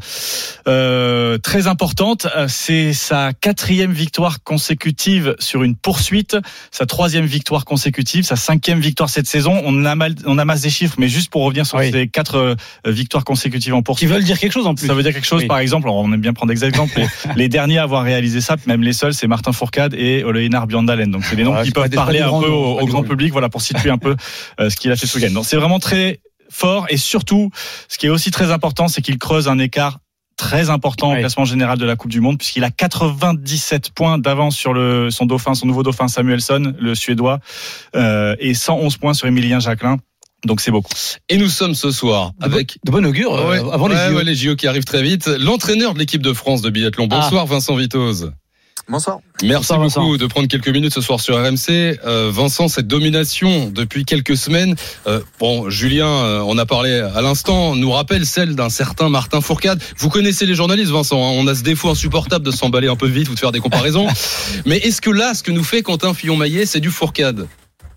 S13: euh, très importante. C'est sa quatrième victoire consécutive sur une poursuite, sa troisième victoire consécutive, sa cinquième victoire cette saison. On, a mal, on amasse des chiffres, mais juste pour revenir sur oui. ces quatre euh, victoires consécutives en poursuite.
S5: Qui veulent dire quelque chose en plus.
S13: Ça veut dire quelque chose. Oui. Par exemple, on aime bien prendre des exemples. les, les derniers à avoir réalisé ça, même les seuls, c'est Martin Fourcade et Olenar Bjørndalen. Donc c'est des noms ouais, qui peuvent parler un peu au, au grand public, voilà, pour situer un peu euh, ce qu'il a fait ce week-end. Donc c'est vraiment très fort et surtout, ce qui est aussi très important, c'est qu'il creuse un écart très important ouais. au classement général de la Coupe du Monde puisqu'il a quatre-vingt-dix-sept points d'avance sur le, son dauphin, son nouveau dauphin Samuelson, le Suédois, euh, et cent onze points sur Emilien Jacqueline. Donc c'est beaucoup.
S3: Et nous sommes ce soir avec
S5: de bon augure euh,
S3: ouais,
S5: avant
S3: ouais,
S5: les J O.
S3: Ouais, les J O qui arrivent très vite. L'entraîneur de l'équipe de France de biathlon. Bonsoir ah. Vincent Vitoz.
S14: Bonsoir.
S3: Merci
S5: Bonsoir,
S3: beaucoup
S5: Vincent.
S3: de prendre quelques minutes ce soir sur R M C. Euh, Vincent, cette domination depuis quelques semaines, euh, bon, Julien, euh, on a parlé à l'instant, nous rappelle celle d'un certain Martin Fourcade. Vous connaissez les journalistes, Vincent, hein, on a ce défaut insupportable de s'emballer un peu vite ou de faire des comparaisons. Mais est-ce que là, ce que nous fait Quentin Fillon-Maillet, c'est du Fourcade ?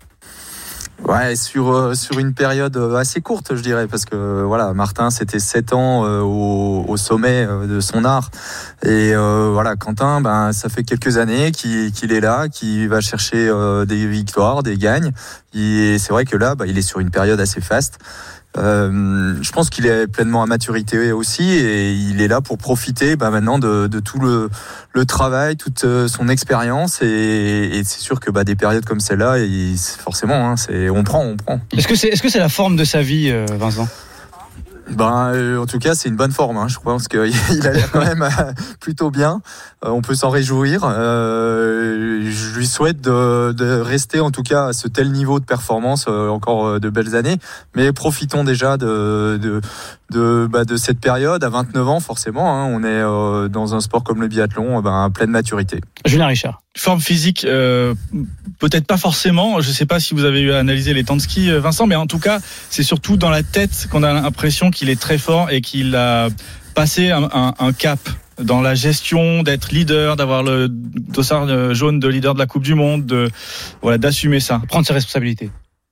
S14: Ouais, sur euh, sur une période assez courte, je dirais, parce que voilà, Martin, c'était sept ans euh, au, au sommet euh, de son art, et euh, voilà, Quentin, ben ça fait quelques années qu'il, qu'il est là, qu'il va chercher euh, des victoires, des gagnes, et c'est vrai que là, bah, il est sur une période assez faste. Euh, je pense qu'il est pleinement à maturité aussi et il est là pour profiter bah, maintenant de, de tout le, le travail, toute son expérience et, et c'est sûr que bah, des périodes comme celle-là, il, forcément, hein, c'est, on prend, on prend.
S5: Est-ce que c'est, est-ce que c'est la forme de sa vie, euh, Vincent ?
S14: Ben, euh, en tout cas, c'est une bonne forme. Hein. Je pense qu'il a l'air quand même euh, plutôt bien. Euh, on peut s'en réjouir. Euh, je lui souhaite de, de rester, en tout cas, à ce tel niveau de performance, euh, encore euh, de belles années. Mais profitons déjà de de de, bah, de cette période à vingt-neuf ans, forcément. Hein. On est euh, dans un sport comme le biathlon, ben, à pleine maturité.
S5: Julien Richard.
S13: Forme physique, euh, peut-être pas forcément. Je ne sais pas si vous avez eu à analyser les temps de ski, Vincent, mais en tout cas, c'est surtout dans la tête qu'on a l'impression qu'il est très fort et qu'il a passé un, un, un cap dans la gestion, d'être leader, d'avoir le dossard jaune de leader de la Coupe du Monde, de voilà, d'assumer ça,
S5: prendre ses responsabilités.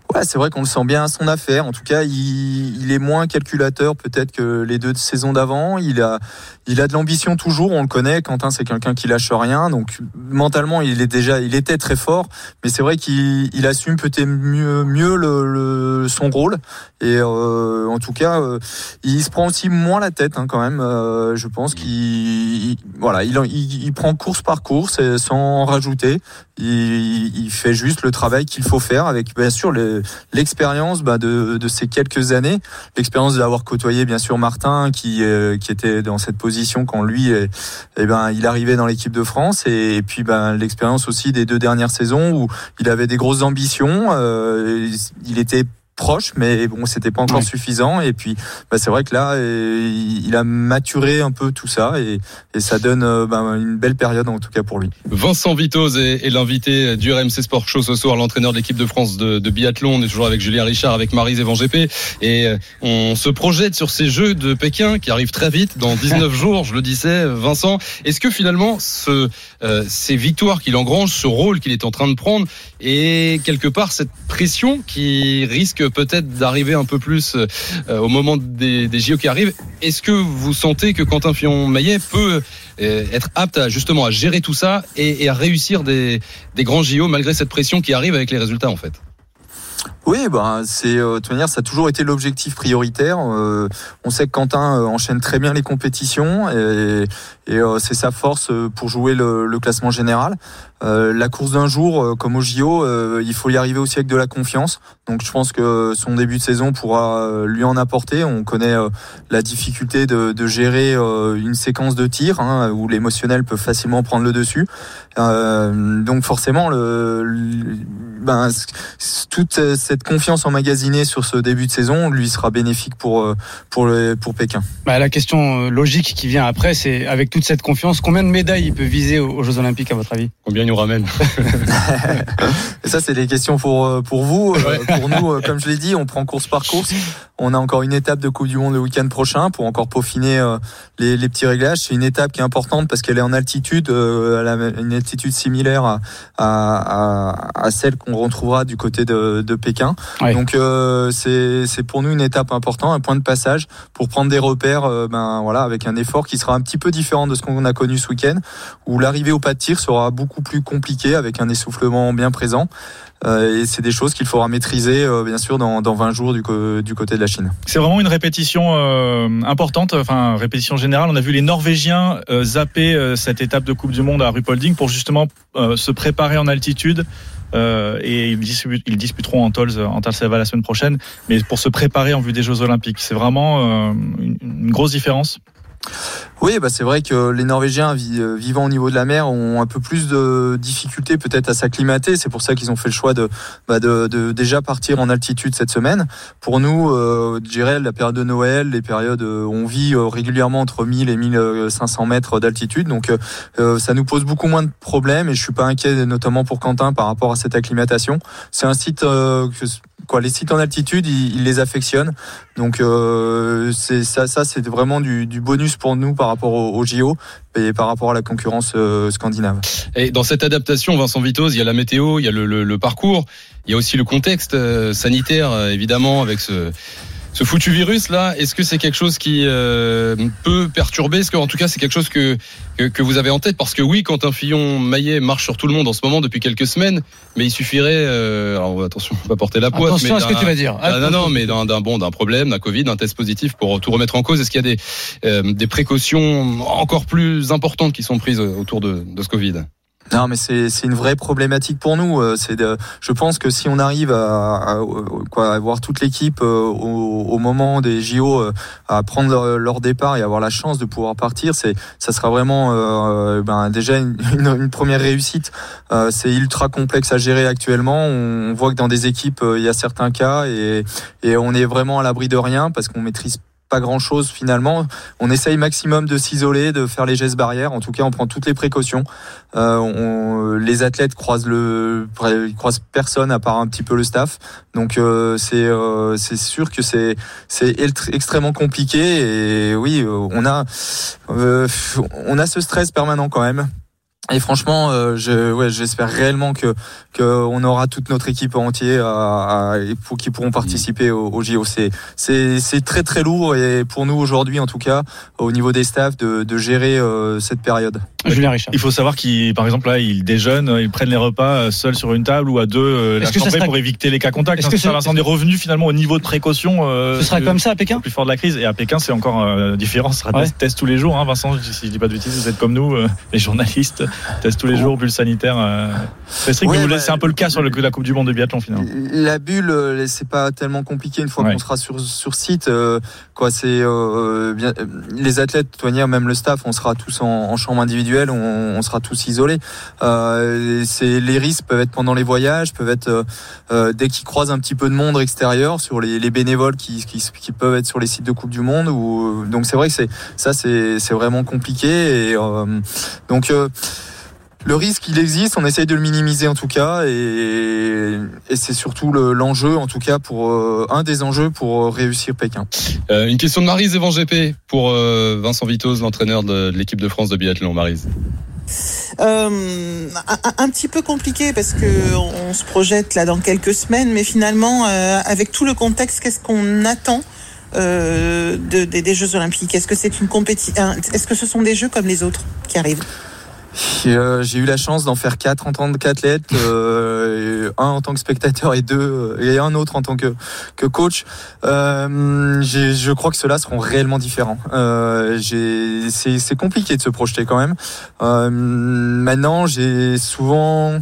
S14: Ouais, c'est vrai qu'on le sent bien à son affaire. En tout cas, il, il est moins calculateur peut-être que les deux saisons d'avant. Il a, il a de l'ambition toujours. On le connaît. Quentin, c'est quelqu'un qui lâche rien. Donc mentalement, il est déjà, il était très fort. Mais c'est vrai qu'il il assume peut-être mieux, mieux le, le son rôle. Et euh, en tout cas, euh, il se prend aussi moins la tête hein, quand même. Euh, je pense qu'il, il, voilà, il, il, il prend course par course et sans rajouter. Il, il fait juste le travail qu'il faut faire avec bien sûr les, l'expérience bah, de, de ces quelques années, l'expérience d'avoir côtoyé bien sûr Martin qui, euh, qui était dans cette position quand lui eh, eh ben, il arrivait dans l'équipe de France et, et puis ben, l'expérience aussi des deux dernières saisons où il avait des grosses ambitions, euh, il était proche, mais bon, c'était pas encore oui. suffisant. Et puis, bah, c'est vrai que là, il a maturé un peu tout ça et, et ça donne bah, une belle période en tout cas pour lui.
S3: Vincent Vitoz est, est l'invité du R M C Sport Show ce soir, l'entraîneur de l'équipe de France de, de biathlon. On est toujours avec Julien Richard, avec Maryse Evan-G P et on se projette sur ces Jeux de Pékin qui arrivent très vite, dans dix-neuf jours, je le disais, Vincent. Est-ce que finalement, ce, euh, ces victoires qu'il engrange, ce rôle qu'il est en train de prendre et quelque part cette pression qui risque peut-être d'arriver un peu plus euh, au moment des, des J O qui arrivent. Est-ce que vous sentez que Quentin Fillon-Maillet peut euh, être apte à, justement à gérer tout ça et, et à réussir des, des grands J O malgré cette pression qui arrive avec les résultats en fait?
S14: Oui, bah c'est euh, de toute manière ça a toujours été l'objectif prioritaire. Euh, on sait que Quentin euh, enchaîne très bien les compétitions et, et euh, c'est sa force pour jouer le, le classement général. Euh, la course d'un jour, euh, comme au J O, euh, il faut y arriver aussi avec de la confiance. Donc je pense que son début de saison pourra euh, lui en apporter. On connaît euh, la difficulté de, de gérer euh, une séquence de tirs hein, où l'émotionnel peut facilement prendre le dessus. Euh, donc forcément, le, le, ben, toute cette confiance emmagasinée sur ce début de saison lui sera bénéfique pour pour le, pour Pékin.
S5: Bah, la question logique qui vient après, c'est avec toute cette confiance, combien de médailles il peut viser aux, aux Jeux Olympiques à votre avis?
S3: Combien il nous ramène?
S14: Et ça, c'est des questions pour pour vous. Ouais. Pour nous, comme je l'ai dit, on prend course par course. On a encore une étape de Coupe du Monde le week-end prochain pour encore peaufiner euh, les, les petits réglages. C'est une étape qui est importante parce qu'elle est en altitude, euh, elle a une altitude similaire à, à, à, à celle qu'on retrouvera du côté de, de Pékin. Ouais. Donc euh, c'est, c'est pour nous une étape importante, un point de passage pour prendre des repères. Euh, ben voilà, avec un effort qui sera un petit peu différent de ce qu'on a connu ce week-end, où l'arrivée au pas de tir sera beaucoup plus compliquée avec un essoufflement bien présent. Euh, et c'est des choses qu'il faudra maîtriser euh, bien sûr dans, dans vingt jours du, co- du côté de la Chine.
S13: C'est vraiment une répétition euh, importante, enfin répétition générale. On a vu les Norvégiens euh, zapper euh, cette étape de Coupe du Monde à Ruhpolding pour justement euh, se préparer en altitude. Euh, et ils, disputent, ils disputeront en Tols, en Talseva la semaine prochaine, mais pour se préparer en vue des Jeux Olympiques. C'est vraiment euh, une, une grosse différence.
S14: Oui, bah c'est vrai que les Norvégiens vivant au niveau de la mer ont un peu plus de difficultés peut-être à s'acclimater. C'est pour ça qu'ils ont fait le choix de, bah de, de déjà partir en altitude cette semaine. Pour nous, euh, je dirais la période de Noël, les périodes où on vit régulièrement entre mille et mille cinq cents mètres d'altitude. Donc euh, ça nous pose beaucoup moins de problèmes et je suis pas inquiet notamment pour Quentin par rapport à cette acclimatation. C'est un site euh, que quoi, les sites en altitude, ils, ils les affectionnent. Donc euh, c'est ça, ça c'est vraiment du, du bonus pour nous par rapport au, au J O et par rapport à la concurrence euh, scandinave.
S3: Et dans cette adaptation, Vincent Vitoz, il y a la météo, il y a le, le, le parcours, il y a aussi le contexte euh, sanitaire, euh, évidemment, avec ce Ce foutu virus là, est-ce que c'est quelque chose qui euh, peut perturber? Est-ce que en tout cas c'est quelque chose que, que que vous avez en tête? Parce que oui, Quentin Fillon-Maillet marche sur tout le monde en ce moment depuis quelques semaines, mais il suffirait, euh, alors attention, on va pas porter la poisse.
S5: Attention
S3: mais
S5: à ce que tu vas dire.
S3: Ah, non, non, mais d'un, d'un bon, d'un problème, d'un Covid, d'un test positif pour tout remettre en cause. Est-ce qu'il y a des euh, des précautions encore plus importantes qui sont prises autour de, de ce Covid?
S14: Non, mais c'est c'est une vraie problématique pour nous. C'est de, je pense que si on arrive à, à quoi à avoir toute l'équipe au, au moment des J O à prendre leur, leur départ et avoir la chance de pouvoir partir, c'est ça sera vraiment euh, ben déjà une, une, une première réussite. Euh, c'est ultra complexe à gérer actuellement. On voit que dans des équipes il y a certains cas et et on est vraiment à l'abri de rien parce qu'on maîtrise pas grand chose finalement. On essaye maximum de s'isoler, de faire les gestes barrières. En tout cas, on prend toutes les précautions. Euh, on, les athlètes croisent le, croisent personne à part un petit peu le staff. Donc euh, c'est, euh, c'est sûr que c'est, c'est extrêmement compliqué. Et oui, on a, euh, on a ce stress permanent quand même. Et franchement, euh, je, ouais, j'espère réellement que que on aura toute notre équipe entière à, à, pour qui pourront participer au, au J O. C'est c'est c'est très très lourd et pour nous aujourd'hui en tout cas au niveau des staffs de de gérer euh, cette période.
S5: Julien Richard.
S13: Il faut savoir qu'ils, par exemple, là, ils déjeunent, ils prennent les repas seuls sur une table ou à deux, euh, la chambrée
S5: sera...
S13: pour éviter les cas contacts.
S5: Est-ce que
S13: c'est l'ensemble des revenus finalement au niveau de précaution. Euh,
S5: ce sera comme ça à Pékin,
S13: plus fort de la crise. Et à Pékin, c'est encore euh, différent. Ce sera ouais. des tests tous les jours. Hein, Vincent, si je dis pas de bêtises, vous êtes comme nous, euh, les journalistes, tests tous les jours, bulle sanitaire. Euh, c'est strict. Ouais, mais bah, c'est un peu le cas sur le, la Coupe du Monde de biathlon finalement.
S14: La bulle, c'est pas tellement compliqué une fois ouais. qu'on sera sur sur site. Euh, quoi, c'est euh, bien, les athlètes, toi, même le staff, on sera tous en, en chambre individuelle, on, on sera tous isolés. Euh, c'est les risques peuvent être pendant les voyages, peuvent être euh, dès qu'ils croisent un petit peu de monde extérieur sur les, les bénévoles qui, qui qui peuvent être sur les sites de Coupe du Monde. Ou donc c'est vrai que c'est ça c'est c'est vraiment compliqué et euh, donc. Euh, Le risque, il existe, on essaye de le minimiser en tout cas, et, et c'est surtout le, l'enjeu, en tout cas, pour euh, un des enjeux pour réussir Pékin.
S3: Euh, une question de Maryse Evan G P pour euh, Vincent Vitoz, l'entraîneur de, de l'équipe de France de biathlon. Maryse.
S4: Euh, un, un petit peu compliqué parce que on se projette là dans quelques semaines, mais finalement, euh, avec tout le contexte, qu'est-ce qu'on attend euh, de, de, des Jeux Olympiques ? Est-ce que c'est une compétition ? Est-ce que ce sont des Jeux comme les autres qui arrivent ?
S14: Euh, j'ai eu la chance d'en faire quatre en tant qu'athlète, euh, un en tant que spectateur et deux et un autre en tant que que coach. Euh, j'ai, je crois que ceux-là seront réellement différents. Euh, j'ai, c'est, c'est compliqué de se projeter quand même. Euh, maintenant, j'ai souvent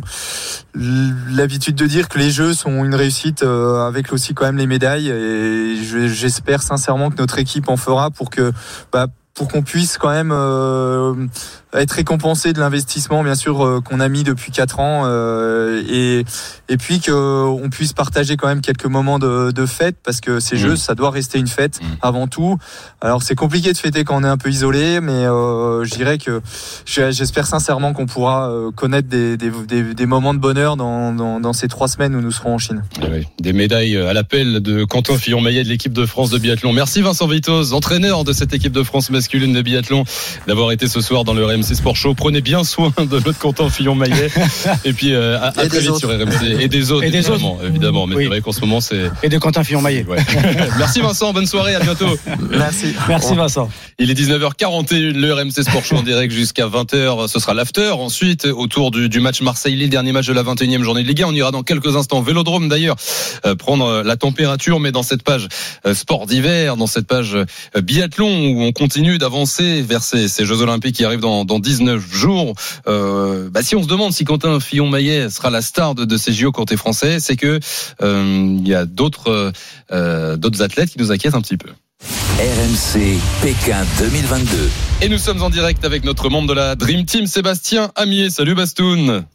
S14: l'habitude de dire que les Jeux sont une réussite euh, avec aussi quand même les médailles. Et je, j'espère sincèrement que notre équipe en fera pour que bah, pour qu'on puisse quand même euh, être récompensé de l'investissement bien sûr euh, qu'on a mis depuis quatre ans euh, et et puis que on puisse partager quand même quelques moments de, de fête parce que ces mmh. Jeux ça doit rester une fête mmh. avant tout. Alors c'est compliqué de fêter quand on est un peu isolé, mais euh, je dirais que j'espère sincèrement qu'on pourra euh, connaître des, des des des moments de bonheur dans dans dans ces trois semaines où nous serons en Chine.
S3: Oui, des médailles à l'appel de Quentin Fillon-Maillet de l'équipe de France de biathlon. Merci Vincent Vitoz, entraîneur de cette équipe de France masculine de biathlon, d'avoir été ce soir dans le R M C Sport Show. Prenez bien soin de notre Quentin Fillon-Maillet. Et puis euh, à, à très vite sur R M C. Et des autres, et des évidemment, autres. évidemment. Mais oui. C'est vrai qu'en ce moment, c'est.
S5: Et de Quentin Fillon-Maillet.
S3: Ouais. Merci Vincent, bonne soirée, à bientôt.
S14: Merci.
S5: Merci Vincent.
S3: Il est dix-neuf heures quarante et une, le R M C Sport Show en direct jusqu'à vingt heures. Ce sera l'after. Ensuite, autour du, du match Marseille-Lille, dernier match de la vingt et unième journée de Ligue un. On ira dans quelques instants au Vélodrome d'ailleurs, euh, prendre la température, mais dans cette page euh, sport d'hiver, dans cette page euh, biathlon où on continue d'avancer vers ces, ces Jeux Olympiques qui arrivent dans, dans dix-neuf jours. Euh, bah, si on se demande si Quentin Fillon-Maillet sera la star de, de ces J O côté français, c'est que euh, il y a d'autres euh, d'autres athlètes qui nous inquiètent un petit peu.
S2: R M C Pékin deux mille vingt-deux.
S3: Et nous sommes en direct avec notre membre de la Dream Team, Sébastien Amier. Salut Bastoun.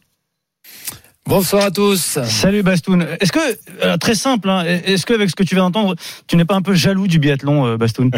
S15: Bonsoir à tous.
S5: Salut Bastoun. Est-ce que, euh, très simple, hein, est-ce que avec ce que tu viens d'entendre, tu n'es pas un peu jaloux du biathlon, euh, Bastoun?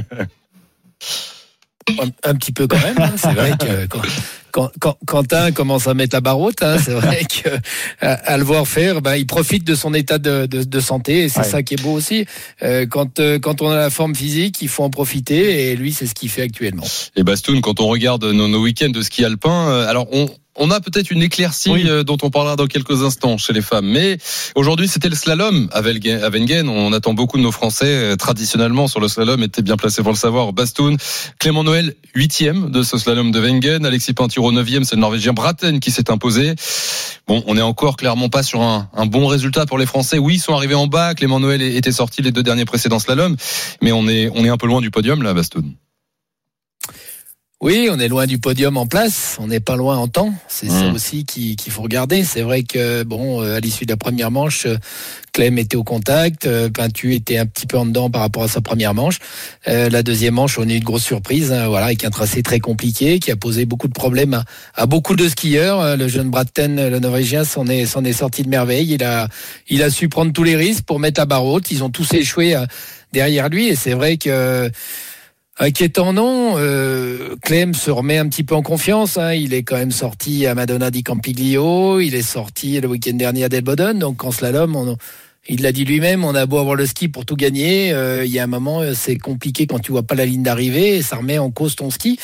S15: un, un petit peu quand même. Hein. C'est vrai que quand, quand, quand Quentin commence à mettre la barre haute, hein, c'est vrai que à, à le voir faire, bah, il profite de son état de, de, de santé et c'est ouais. ça qui est beau aussi. Euh, quand, euh, quand on a la forme physique, il faut en profiter et lui, c'est ce qu'il fait actuellement.
S3: Et Bastoun, quand on regarde nos, nos week-ends de ski alpin, euh, alors on On a peut-être une éclaircie oui. dont on parlera dans quelques instants chez les femmes. Mais aujourd'hui, c'était le slalom à Wengen. On attend beaucoup de nos Français. Traditionnellement, sur le slalom, étaient bien placés pour le savoir. Bastoun, Clément Noël, huitième de ce slalom de Wengen. Alexis Pinturo, neuvième. C'est le Norvégien Bratten qui s'est imposé. Bon, on n'est encore clairement pas sur un, un bon résultat pour les Français. Oui, ils sont arrivés en bas. Clément Noël était sorti les deux derniers précédents slaloms. Mais on est, on est un peu loin du podium, là, Bastoun.
S15: Oui, on est loin du podium en place, on n'est pas loin en temps. C'est mmh. ça aussi qu'il, qu'il faut regarder. C'est vrai que bon, à l'issue de la première manche, Clem était au contact, Pintu était un petit peu en dedans par rapport à sa première manche. Euh, la deuxième manche, on a eu une grosse surprise, hein, voilà, avec un tracé très compliqué qui a posé beaucoup de problèmes à, à beaucoup de skieurs. Le jeune Bratten, le Norvégien, s'en est, s'en est sorti de merveille. Il a, il a su prendre tous les risques pour mettre la barre haute. Ils ont tous échoué derrière lui, et c'est vrai que inquiétant non, euh, Clem se remet un petit peu en confiance, hein. Il est quand même sorti à Madonna di Campiglio, il est sorti le week-end dernier à Delboden, donc en slalom, on, il l'a dit lui-même, on a beau avoir le ski pour tout gagner, euh, il y a un moment c'est compliqué quand tu vois pas la ligne d'arrivée et ça remet en cause ton ski.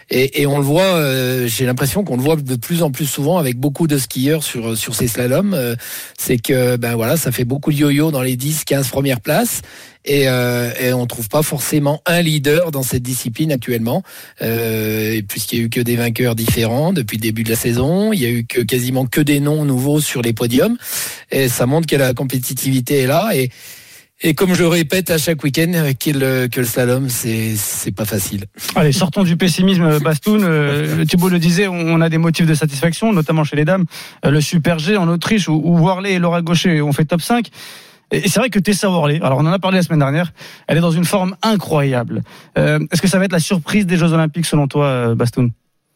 S15: Et, et on le voit, euh, j'ai l'impression qu'on le voit de plus en plus souvent avec beaucoup de skieurs sur sur ces slaloms. Euh, c'est que ben voilà, ça fait beaucoup de yo-yo dans les dix, quinze premières places. Et, euh, et on trouve pas forcément un leader dans cette discipline actuellement, euh, puisqu'il y a eu que des vainqueurs différents depuis le début de la saison. Il y a eu que quasiment que des noms nouveaux sur les podiums. Et ça montre que la compétitivité est là. Et Et comme je le répète à chaque week-end, que le, que le slalom, c'est, c'est pas facile.
S5: Allez, sortons du pessimisme, Bastoun. Euh, Thibaut le disait, on a des motifs de satisfaction, notamment chez les dames. Euh, le Super G en Autriche, où, où Worley et Laura Gaucher ont fait top cinq. Et c'est vrai que Tessa Worley, alors on en a parlé la semaine dernière, elle est dans une forme incroyable. Euh, est-ce que ça va être la surprise des Jeux Olympiques selon toi, Bastoun ?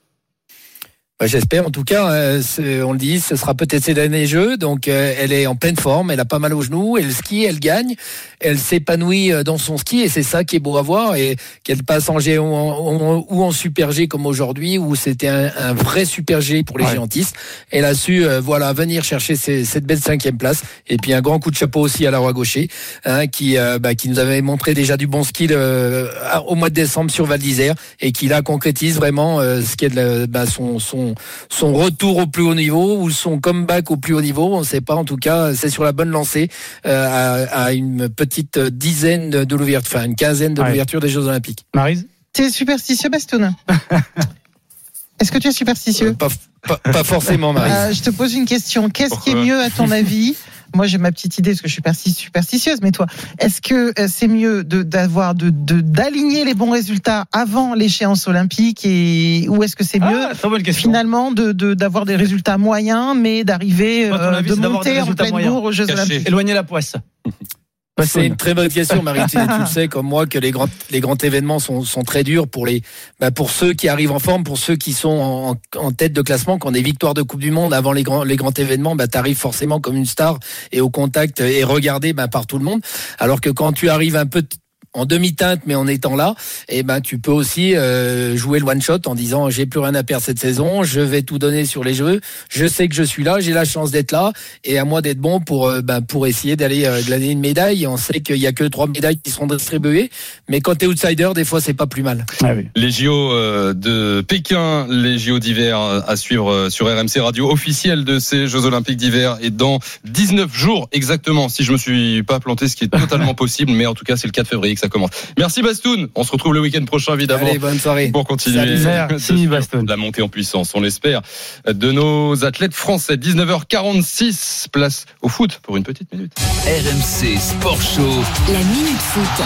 S15: J'espère en tout cas, euh, on le dit, ce sera peut-être ces derniers Jeux, donc euh, elle est en pleine forme, elle a pas mal au genou, elle skie, elle gagne, elle s'épanouit dans son ski et c'est ça qui est beau à voir, et qu'elle passe en G ou en, ou en Super G comme aujourd'hui, où c'était un, un vrai Super G pour les ouais. géantistes. Elle a su euh, voilà venir chercher ces, cette belle cinquième place, et puis un grand coup de chapeau aussi à Laura Gaucher, hein, qui euh, bah, qui nous avait montré déjà du bon ski euh, au mois de décembre sur Val d'Isère, et qui là concrétise vraiment euh, ce qui est de la, bah, son son son retour au plus haut niveau ou son comeback au plus haut niveau, on ne sait pas. En tout cas, c'est sur la bonne lancée euh, à, à une petite dizaine de l'ouverture, enfin une quinzaine de ouais. l'ouverture des Jeux Olympiques.
S5: Maryse,
S4: t'es superstitieux, Bastoun? Est-ce que tu es superstitieux?
S15: euh, pas, pas, pas forcément, Maryse. Euh,
S4: je te pose une question. Qu'est-ce Pourquoi qui est mieux à ton avis? Moi, j'ai ma petite idée parce que je suis superstitieuse. Mais toi, est-ce que c'est mieux de, d'avoir de, de, d'aligner les bons résultats avant l'échéance olympique, et ou est-ce que c'est mieux ah, finalement de, de, d'avoir des résultats moyens, mais d'arriver
S5: toi,
S4: euh, de monter en pleine bourre aux Jeux
S5: Caché.
S4: Olympiques?
S5: Éloigner la poisse.
S15: C'est une très bonne question, Marie. Tu, tu le sais comme moi que les grands les grands événements sont sont très durs pour les bah pour ceux qui arrivent en forme, pour ceux qui sont en, en tête de classement, qui ont des victoires de Coupe du Monde avant les grands les grands événements. Bah t'arrives forcément comme une star et au contact et regardé bah par tout le monde. Alors que quand tu arrives un peu t- en demi-teinte, mais en étant là, et ben tu peux aussi euh, jouer le one shot en disant j'ai plus rien à perdre cette saison, je vais tout donner sur les Jeux, je sais que je suis là, j'ai la chance d'être là, et à moi d'être bon pour euh, ben pour essayer d'aller euh, glaner une médaille. On sait qu'il y a que trois médailles qui seront distribuées, mais quand t'es outsider, des fois c'est pas plus mal.
S3: Ah oui. Les J O de Pékin, les J O d'hiver à suivre sur R M C Radio officiel de ces Jeux Olympiques d'hiver, et dans dix-neuf jours exactement, si je me suis pas planté, ce qui est totalement possible, mais en tout cas c'est le quatre février. Ça commence. Merci Bastoun. On se retrouve le week-end prochain évidemment.
S15: Allez, bonne soirée.
S3: Pour continuer
S5: Merci, Bastoun.
S3: La montée en puissance, on l'espère, de nos athlètes français. dix-neuf heures quarante-six, place au foot pour une petite minute.
S2: R M C Sport Show.
S1: La minute foot.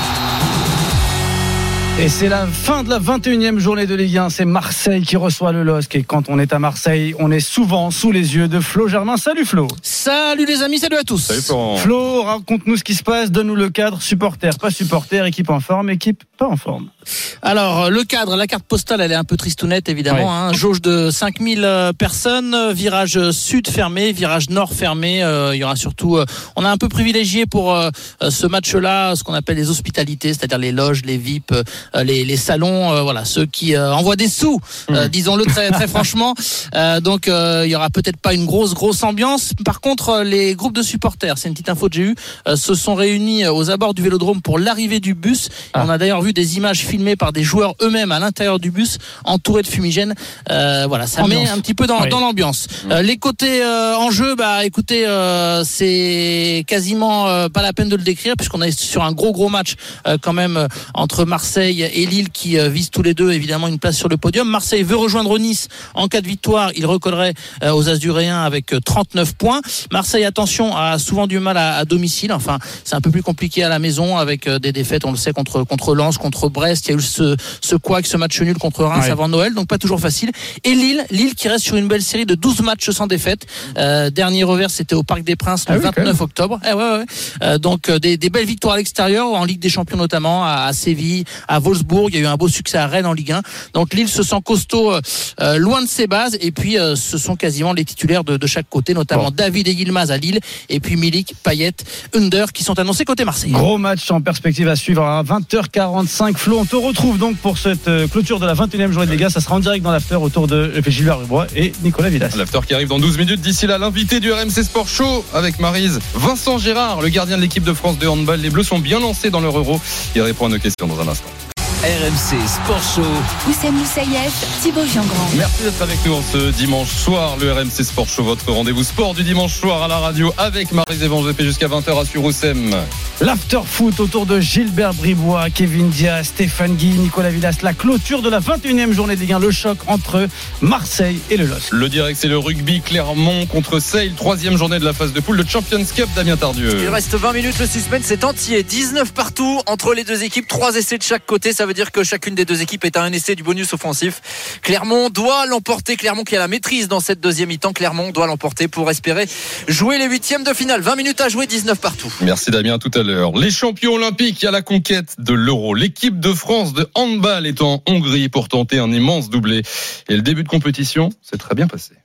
S5: Et c'est la fin de la vingt et unième journée de Ligue un. C'est Marseille qui reçoit le L O S C. Et quand on est à Marseille, on est souvent sous les yeux de Flo Germain. Salut Flo.
S16: Salut les amis, salut à tous.
S3: Salut Florent.
S5: Flo, raconte-nous ce qui se passe. Donne-nous le cadre. Supporter, pas supporter. Équipe en forme, équipe pas en forme.
S16: Alors, le cadre, la carte postale, elle est un peu tristounette évidemment. Ouais. Hein. Jauge de cinq mille personnes. Virage sud fermé, virage nord fermé. Euh, il y aura surtout... Euh, on a un peu privilégié pour euh, ce match-là ce qu'on appelle les hospitalités, c'est-à-dire les loges, les V I P... Les, les salons, euh, voilà, ceux qui euh, envoient des sous, euh, mmh. disons-le très très franchement. Euh, donc euh, il y aura peut-être pas une grosse grosse ambiance. Par contre, euh, les groupes de supporters, c'est une petite info que j'ai eue, euh, se sont réunis aux abords du Vélodrome pour l'arrivée du bus. Ah. On a d'ailleurs vu des images filmées par des joueurs eux-mêmes à l'intérieur du bus, entourés de fumigènes. Euh, voilà, ça ambiance. met un petit peu dans, oui. dans l'ambiance. Mmh. Euh, les côtés euh, en jeu, bah écoutez, euh, c'est quasiment euh, pas la peine de le décrire puisqu'on est sur un gros gros match euh, quand même euh, entre Marseille et Lille qui euh, visent tous les deux évidemment une place sur le podium. Marseille veut rejoindre Nice en cas de victoire, il recollerait euh, aux Azuréens avec euh, trente-neuf points. Marseille, attention, a souvent du mal à, à domicile, enfin c'est un peu plus compliqué à la maison avec euh, des défaites, on le sait, contre contre Lens, contre Brest, il y a eu ce ce couac, ce match nul contre Reims ouais. avant Noël, donc pas toujours facile. Et Lille, Lille qui reste sur une belle série de douze matchs sans défaite. Euh, dernier revers, c'était au Parc des Princes le ah oui, vingt-neuf octobre. Eh ouais, ouais. Euh, donc euh, des, des belles victoires à l'extérieur, en Ligue des Champions notamment, à, à Séville, à Wolfsburg. Il y a eu un beau succès à Rennes en Ligue un. Donc Lille se sent costaud, euh, loin de ses bases. Et puis euh, ce sont quasiment les titulaires de, de chaque côté, notamment bon. David et Yilmaz à Lille, et puis Milik, Payet, Under qui sont annoncés côté Marseille.
S5: Gros match en perspective à suivre à vingt heures quarante-cinq. Flo, on te retrouve donc pour cette clôture de la vingt et unième journée de Ligue un. Ça sera en direct dans l'after autour de Gilbert Rubois et Nicolas Villas.
S3: L'after qui arrive dans douze minutes. D'ici là, l'invité du R M C Sport Show avec Maryse, Vincent Gérard, le gardien de l'équipe de France de handball. Les Bleus sont bien lancés dans leur Euro. Il répond à nos questions dans un instant.
S2: R M C Sport Show.
S1: Oussem Moussaïef, Thibaut Jean-Grand.
S3: Merci d'être avec nous en ce dimanche soir. Le R M C Sport Show, votre rendez-vous sport du dimanche soir à la radio avec Marie-Zévan G P jusqu'à vingt heures sur Oussem.
S5: L'after foot autour de Gilbert Bribois, Kevin Diaz, Stéphane Guy, Nicolas Villas. La clôture de la vingt et unième journée de Ligue un, le choc entre Marseille et le L O S.
S3: Le direct, c'est le rugby. Clermont contre Sale, troisième journée de la phase de poule de Champions Cup. Damien Tardieu.
S6: Il reste vingt minutes, le suspense est entier. dix-neuf partout entre les deux équipes, trois essais de chaque côté. Ça veut dire que chacune des deux équipes est à un essai du bonus offensif. Clermont doit l'emporter. Clermont qui a la maîtrise dans cette deuxième mi-temps. Clermont doit l'emporter pour espérer jouer les huitièmes de finale. vingt minutes à jouer, dix-neuf partout.
S3: Merci Damien, tout à l'heure. Les champions olympiques à la conquête de l'Euro. L'équipe de France de handball est en Hongrie pour tenter un immense doublé. Et le début de compétition s'est très bien passé.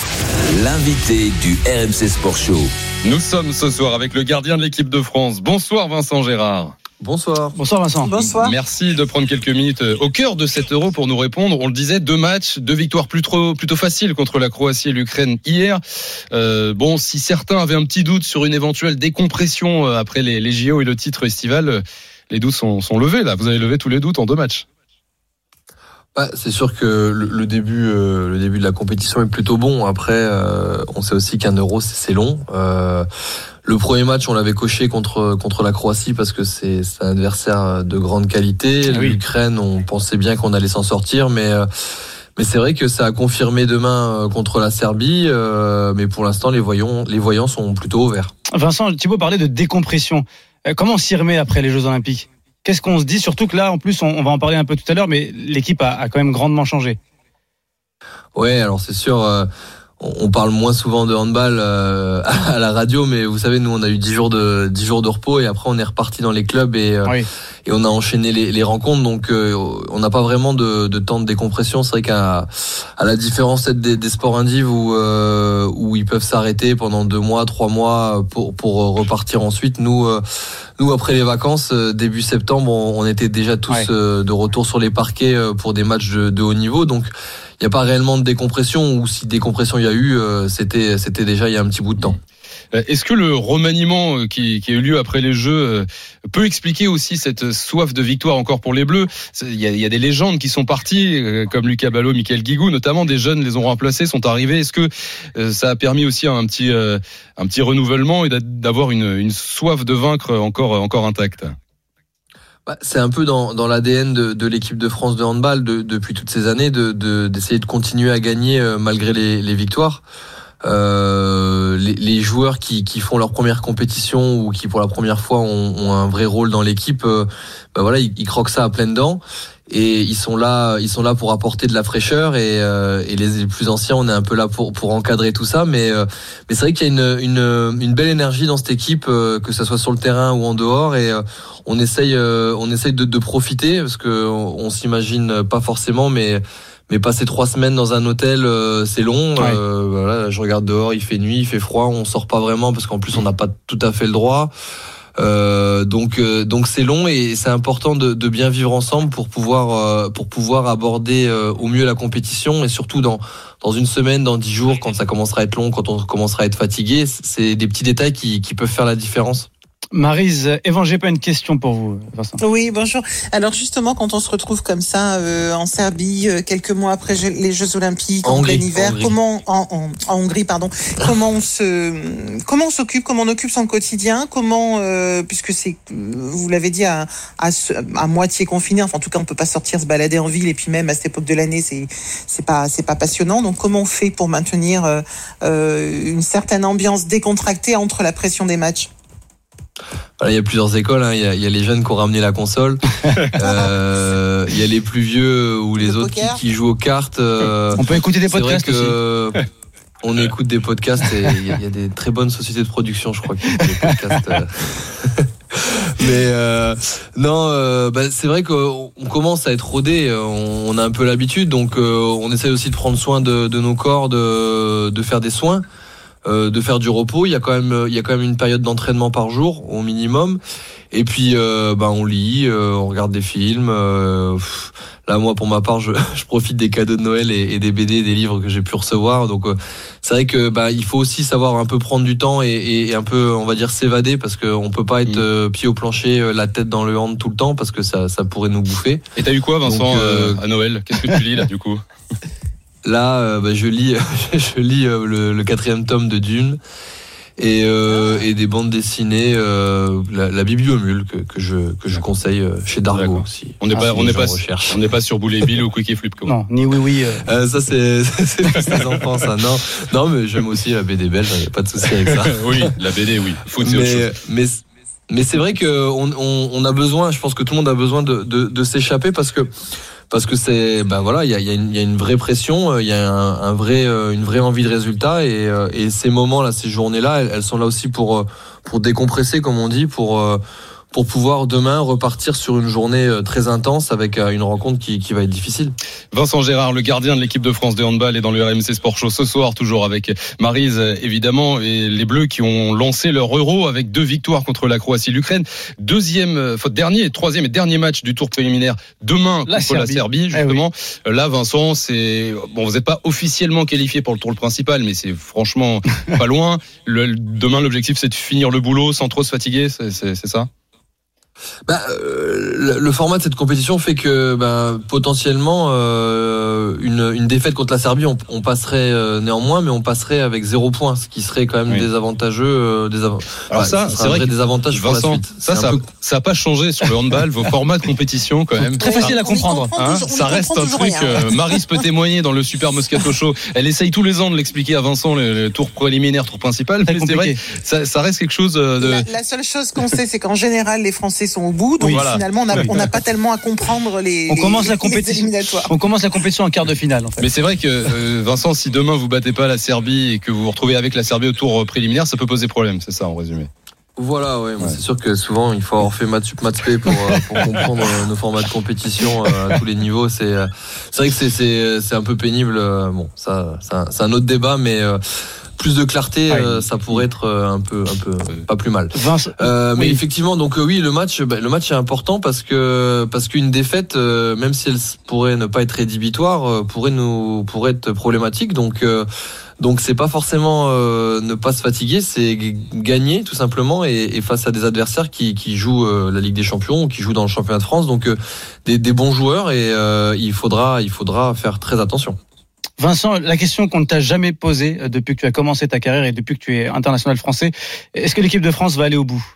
S2: L'invité du R M C Sport Show.
S3: Nous sommes ce soir avec le gardien de l'équipe de France. Bonsoir Vincent Gérard.
S14: Bonsoir.
S5: Bonsoir Vincent.
S4: Bonsoir.
S3: Merci de prendre quelques minutes au cœur de cet Euro pour nous répondre. On le disait, deux matchs, deux victoires plutôt, plutôt faciles contre la Croatie et l'Ukraine hier. Euh, bon, si certains avaient un petit doute sur une éventuelle décompression après les, les J O et le titre estival, les doutes sont, sont levés là. Vous avez levé tous les doutes en deux matchs.
S17: Bah, c'est sûr que le, le début, euh, le début de la compétition est plutôt bon. Après, euh, on sait aussi qu'un Euro c'est, c'est long. Euh, le premier match, on l'avait coché contre contre la Croatie parce que c'est, c'est un adversaire de grande qualité. Ah oui. L'Ukraine, on pensait bien qu'on allait s'en sortir, mais euh, mais c'est vrai que ça a confirmé demain contre la Serbie. Euh, mais pour l'instant, les voyants les voyants sont plutôt au vert.
S5: Vincent, Thibaut parlait de décompression. Comment on s'y remet après les Jeux Olympiques ? Qu'est-ce qu'on se dit, surtout que là, en plus, on, on va en parler un peu tout à l'heure, mais l'équipe a, a quand même grandement changé.
S17: Ouais, alors c'est sûr, euh, on parle moins souvent de handball euh, à la radio, mais vous savez, nous, on a eu dix jours de dix jours de repos et après, on est reparti dans les clubs et euh, oui. et on a enchaîné les, les rencontres. Donc, euh, on n'a pas vraiment de, de temps de décompression. C'est vrai qu'à à la différence des, des sports indiv où euh, où ils peuvent s'arrêter pendant deux mois, trois mois pour pour repartir ensuite. Nous. Euh, Nous, après les vacances, début septembre, on était déjà tous ouais. de retour sur les parquets pour des matchs de, de haut niveau. Donc, il n'y a pas réellement de décompression, ou si décompression il y a eu, c'était, c'était déjà il y a un petit bout de temps.
S3: Est-ce que le remaniement qui, qui a eu lieu après les Jeux peut expliquer aussi cette soif de victoire encore pour les Bleus ? Il y a, il y a des légendes qui sont parties, comme Lucas Ballot, Michael Guigou, notamment des jeunes les ont remplacés, sont arrivés. Est-ce que ça a permis aussi un petit, un petit renouvellement et d'avoir une, une soif de vaincre encore, encore intacte ?
S17: Bah, c'est un peu dans, dans l'A D N de, de l'équipe de France de handball de, depuis toutes ces années de, de, d'essayer de continuer à gagner malgré les, les victoires. Euh, les, les joueurs qui, qui font leur première compétition ou qui pour la première fois ont, ont un vrai rôle dans l'équipe, euh, bah voilà, ils, ils croquent ça à pleines dents et ils sont là, ils sont là pour apporter de la fraîcheur et, euh, et les, les plus anciens, on est un peu là pour pour encadrer tout ça, mais euh, mais c'est vrai qu'il y a une une une belle énergie dans cette équipe, euh, que ça soit sur le terrain ou en dehors, et euh, on essaye euh, on essaye de, de profiter parce que on, on s'imagine pas forcément, mais Mais passer trois semaines dans un hôtel, euh, c'est long. Ouais. Euh, voilà, je regarde dehors, il fait nuit, il fait froid, on sort pas vraiment parce qu'en plus on n'a pas tout à fait le droit. Euh, donc, euh, donc c'est long et c'est important de, de bien vivre ensemble pour pouvoir, euh, pour pouvoir aborder euh, au mieux la compétition et surtout dans dans une semaine, dans dix jours, quand ça commencera à être long, quand on commencera à être fatigué, c'est des petits détails qui, qui peuvent faire la différence.
S5: Maryse, Evangé, pas une question pour vous, Vincent.
S4: Oui, bonjour. Alors justement, quand on se retrouve comme ça euh, en Serbie, euh, quelques mois après les Jeux Olympiques, en, en plein hiver, comment en, en, en Hongrie, pardon, comment on se, comment on s'occupe, comment on occupe son quotidien, comment, euh, puisque c'est, vous l'avez dit, à, à, à moitié confiné. Enfin, en tout cas, on peut pas sortir se balader en ville et puis même à cette époque de l'année, c'est, c'est pas, c'est pas passionnant. Donc, comment on fait pour maintenir euh, une certaine ambiance décontractée entre la pression des matchs?
S17: Voilà, il y a plusieurs écoles, hein. il, y a, il y a les jeunes qui ont ramené la console, euh, il y a les plus vieux ou les le autres qui, qui jouent aux cartes. Euh,
S5: on peut écouter des podcasts
S17: c'est vrai que,
S5: aussi.
S17: On écoute des podcasts et il y, a, il y a des très bonnes sociétés de production, je crois, qui écoutent des podcasts. Euh. Mais euh, non, euh, bah, c'est vrai qu'on commence à être rodé, on, on a un peu l'habitude, donc euh, on essaie aussi de prendre soin de, de nos corps, de, de faire des soins. euh, de faire du repos. Il y a quand même, il y a quand même une période d'entraînement par jour au minimum. Et puis, euh, bah, on lit, euh, on regarde des films. Euh, pff, là, moi, pour ma part, je, je profite des cadeaux de Noël et, et des B D, des livres que j'ai pu recevoir. Donc, euh, c'est vrai que bah, il faut aussi savoir un peu prendre du temps et, et, et un peu, on va dire, s'évader parce qu'on peut pas être euh, pied au plancher, la tête dans le hand tout le temps parce que ça, ça pourrait nous bouffer.
S3: Et t'as eu quoi, Vincent,
S17: Donc, euh,
S3: à Noël? Qu'est-ce que tu lis là, du coup?
S17: Là, euh, bah, je lis, je lis euh, le, le quatrième tome de Dune. Et, euh, et des bandes dessinées, euh, la, la Bibliomule que, que je que je conseille euh, chez Dargo. Si,
S3: on n'est pas
S17: si
S3: on n'est pas
S17: recherchent.
S3: on n'est pas sur Boule et Bill ou Quick et Flip.
S5: Non, ni oui oui.
S17: Euh... Euh, ça c'est c'est plus les enfants ça. Non non mais j'aime aussi la B D belge, y a pas de souci avec ça.
S3: Oui, la B D oui. Faut
S17: mais, autre chose. mais mais c'est vrai que on, on on a besoin. Je pense que tout le monde a besoin de de, de s'échapper parce que. Parce que c'est, ben voilà, il y a, y, a y a une vraie pression, il y a un, un vrai, une vraie envie de résultat, et, et ces moments-là, ces journées-là, elles, elles sont là aussi pour, pour décompresser, comme on dit, pour, pour pouvoir demain repartir sur une journée très intense avec une rencontre qui, qui va être difficile.
S3: Vincent Gérard, le gardien de l'équipe de France de handball, est dans le R M C Sport Show ce soir, toujours avec Maryse évidemment, et les Bleus qui ont lancé leur Euro avec deux victoires contre la Croatie et l'Ukraine. Deuxième, faute dernier, troisième et dernier match du tour préliminaire demain la contre Serbie. la Serbie justement. Eh oui. Là, Vincent, c'est bon, vous n'êtes pas officiellement qualifié pour le tour principal, mais c'est franchement pas loin. Le, demain, l'objectif, c'est de finir le boulot sans trop se fatiguer, c'est, c'est, c'est ça?
S17: Bah, euh, le, le format de cette compétition fait que bah, potentiellement euh, une, une défaite contre la Serbie, on, on passerait euh, néanmoins, mais on passerait avec zéro point, ce qui serait quand même oui. désavantageux. Euh, désav...
S3: Alors bah, ça, c'est vrai,
S17: des avantages pour la suite.
S3: Ça, ça, peu... ça a pas changé sur le handball. Vos formats de compétition, quand même,
S5: très facile à comprendre.
S3: Hein, ça reste un truc. Euh, Maryse peut témoigner dans le Super Moscato Show. Elle essaye tous les ans de l'expliquer à Vincent, le, le tour préliminaire, tour principal. Mais c'est vrai, ça, ça reste quelque chose de.
S4: La, la seule chose qu'on sait, c'est qu'en général, les Français sont au bout, donc oui, voilà. finalement, on n'a oui. pas tellement à comprendre les,
S5: on commence
S4: les,
S5: la compétition, on commence la compétition en quart de finale. En fait.
S3: Mais c'est vrai que euh, Vincent, si demain vous battez pas la Serbie et que vous vous retrouvez avec la Serbie au tour préliminaire, ça peut poser problème. C'est ça, en résumé.
S17: Voilà, ouais, ouais. C'est sûr que souvent il faut avoir fait maths sup, maths p pour, euh, pour comprendre euh, nos formats de compétition euh, à tous les niveaux. C'est, euh, c'est vrai que c'est, c'est, c'est un peu pénible. Euh, bon, ça, c'est un, c'est un autre débat, mais. Euh, plus de clarté, euh, ça pourrait être un peu, un peu, pas plus mal. Euh, mais oui. effectivement, donc euh, oui, le match, bah, le match est important parce que parce qu'une défaite, euh, même si elle pourrait ne pas être rédhibitoire, euh, pourrait nous, pourrait être problématique. Donc euh, donc c'est pas forcément euh, ne pas se fatiguer, c'est gagner tout simplement et, et face à des adversaires qui qui jouent euh, la Ligue des Champions, qui jouent dans le championnat de France, donc euh, des, des bons joueurs et euh, il faudra il faudra faire très attention.
S5: Vincent, la question qu'on ne t'a jamais posée depuis que tu as commencé ta carrière et depuis que tu es international français, est-ce que l'équipe de France va aller au bout?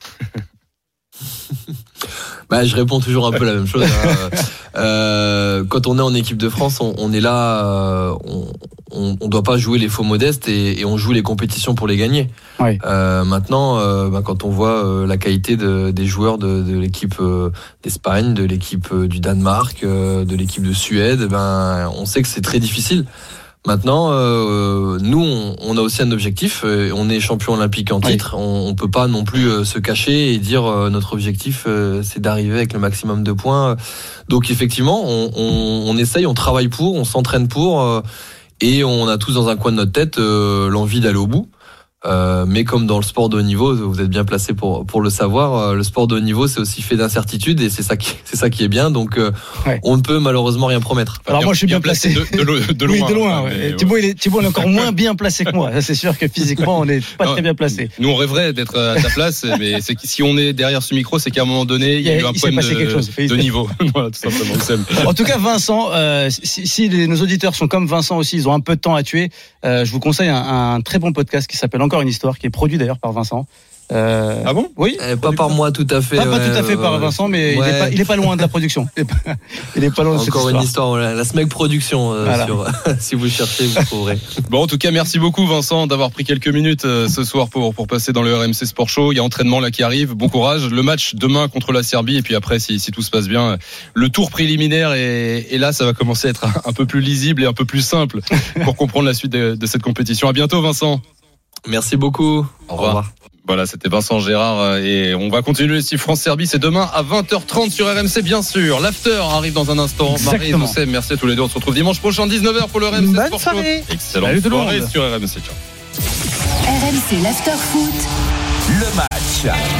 S17: Bah, je réponds toujours un peu la même chose. Hein. Euh, quand on est en équipe de France, on, on est là, euh, on, on, on doit pas jouer les faux modestes et, et on joue les compétitions pour les gagner.
S5: Oui.
S17: Euh, maintenant, euh, bah, quand on voit euh, la qualité de, des joueurs de, de l'équipe euh, d'Espagne, de l'équipe euh, du Danemark, euh, de l'équipe de Suède, ben, on sait que c'est très difficile. Maintenant, euh, nous, on, on a aussi un objectif. Euh, on est champion olympique en titre. Oui. On, on peut pas non plus euh, se cacher et dire euh, notre objectif, euh, c'est d'arriver avec le maximum de points. Donc, effectivement, on, on, on essaye, on travaille pour, on s'entraîne pour, euh, et on a tous dans un coin de notre tête euh, l'envie d'aller au bout. Euh, mais comme dans le sport de haut niveau, vous êtes bien placé pour pour le savoir. Euh, le sport de haut niveau, c'est aussi fait d'incertitudes et c'est ça qui c'est ça qui est bien. Donc, euh, ouais. on ne peut malheureusement rien promettre.
S5: Alors
S3: bien,
S5: moi, je suis bien, bien placé,
S3: placé de, de, de loin.
S5: Oui, de loin. Ouais. Ouais. Thibaut, il est, Thibaut, il est encore moins bien placé que moi. C'est sûr que physiquement, on n'est pas non, très bien placé.
S3: Nous, on rêverait d'être à ta place, mais c'est que si on est derrière ce micro, c'est qu'à un moment donné, il y a, il y a eu un problème de, de niveau. Voilà, tout simplement.
S5: En tout cas, Vincent, euh, si, si les, nos auditeurs sont comme Vincent aussi, ils ont un peu de temps à tuer. Euh, je vous conseille un, un très bon podcast qui s'appelle Encore une histoire, qui est produit d'ailleurs par Vincent.
S3: Euh... Ah bon?
S5: Oui.
S17: Eh, pas par moi tout à fait.
S5: Pas,
S17: ouais,
S5: pas tout à fait
S17: ouais,
S5: par Vincent, mais ouais. il, est pas, il est pas loin de la production. Il est pas, il est pas loin de cette
S17: Encore
S5: histoire.
S17: une histoire, voilà. La S M E C Production. Euh, voilà. Sur, si vous cherchez, vous trouverez.
S3: Bon, en tout cas, merci beaucoup Vincent d'avoir pris quelques minutes euh, ce soir pour pour passer dans le R M C Sport Show. Il y a entraînement là qui arrive. Bon courage. Le match demain contre la Serbie et puis après, si si tout se passe bien, le tour préliminaire et, et là, ça va commencer à être un, un peu plus lisible et un peu plus simple pour comprendre la suite de, de cette compétition. À bientôt, Vincent.
S17: Merci beaucoup.
S3: Au revoir. Au revoir. Voilà, c'était Vincent Gérard et on va continuer si France-Serbie, c'est demain à vingt heures trente sur R M C bien sûr. L'after arrive dans un instant. Marie et Oussem, merci à tous les deux. On se retrouve dimanche prochain dix-neuf heures pour le R M C
S4: Bonne
S3: Sport
S4: soirée.
S3: Show. Excellente soirée sur R M C. Ciao.
S1: R M C l'after foot.
S2: Le match.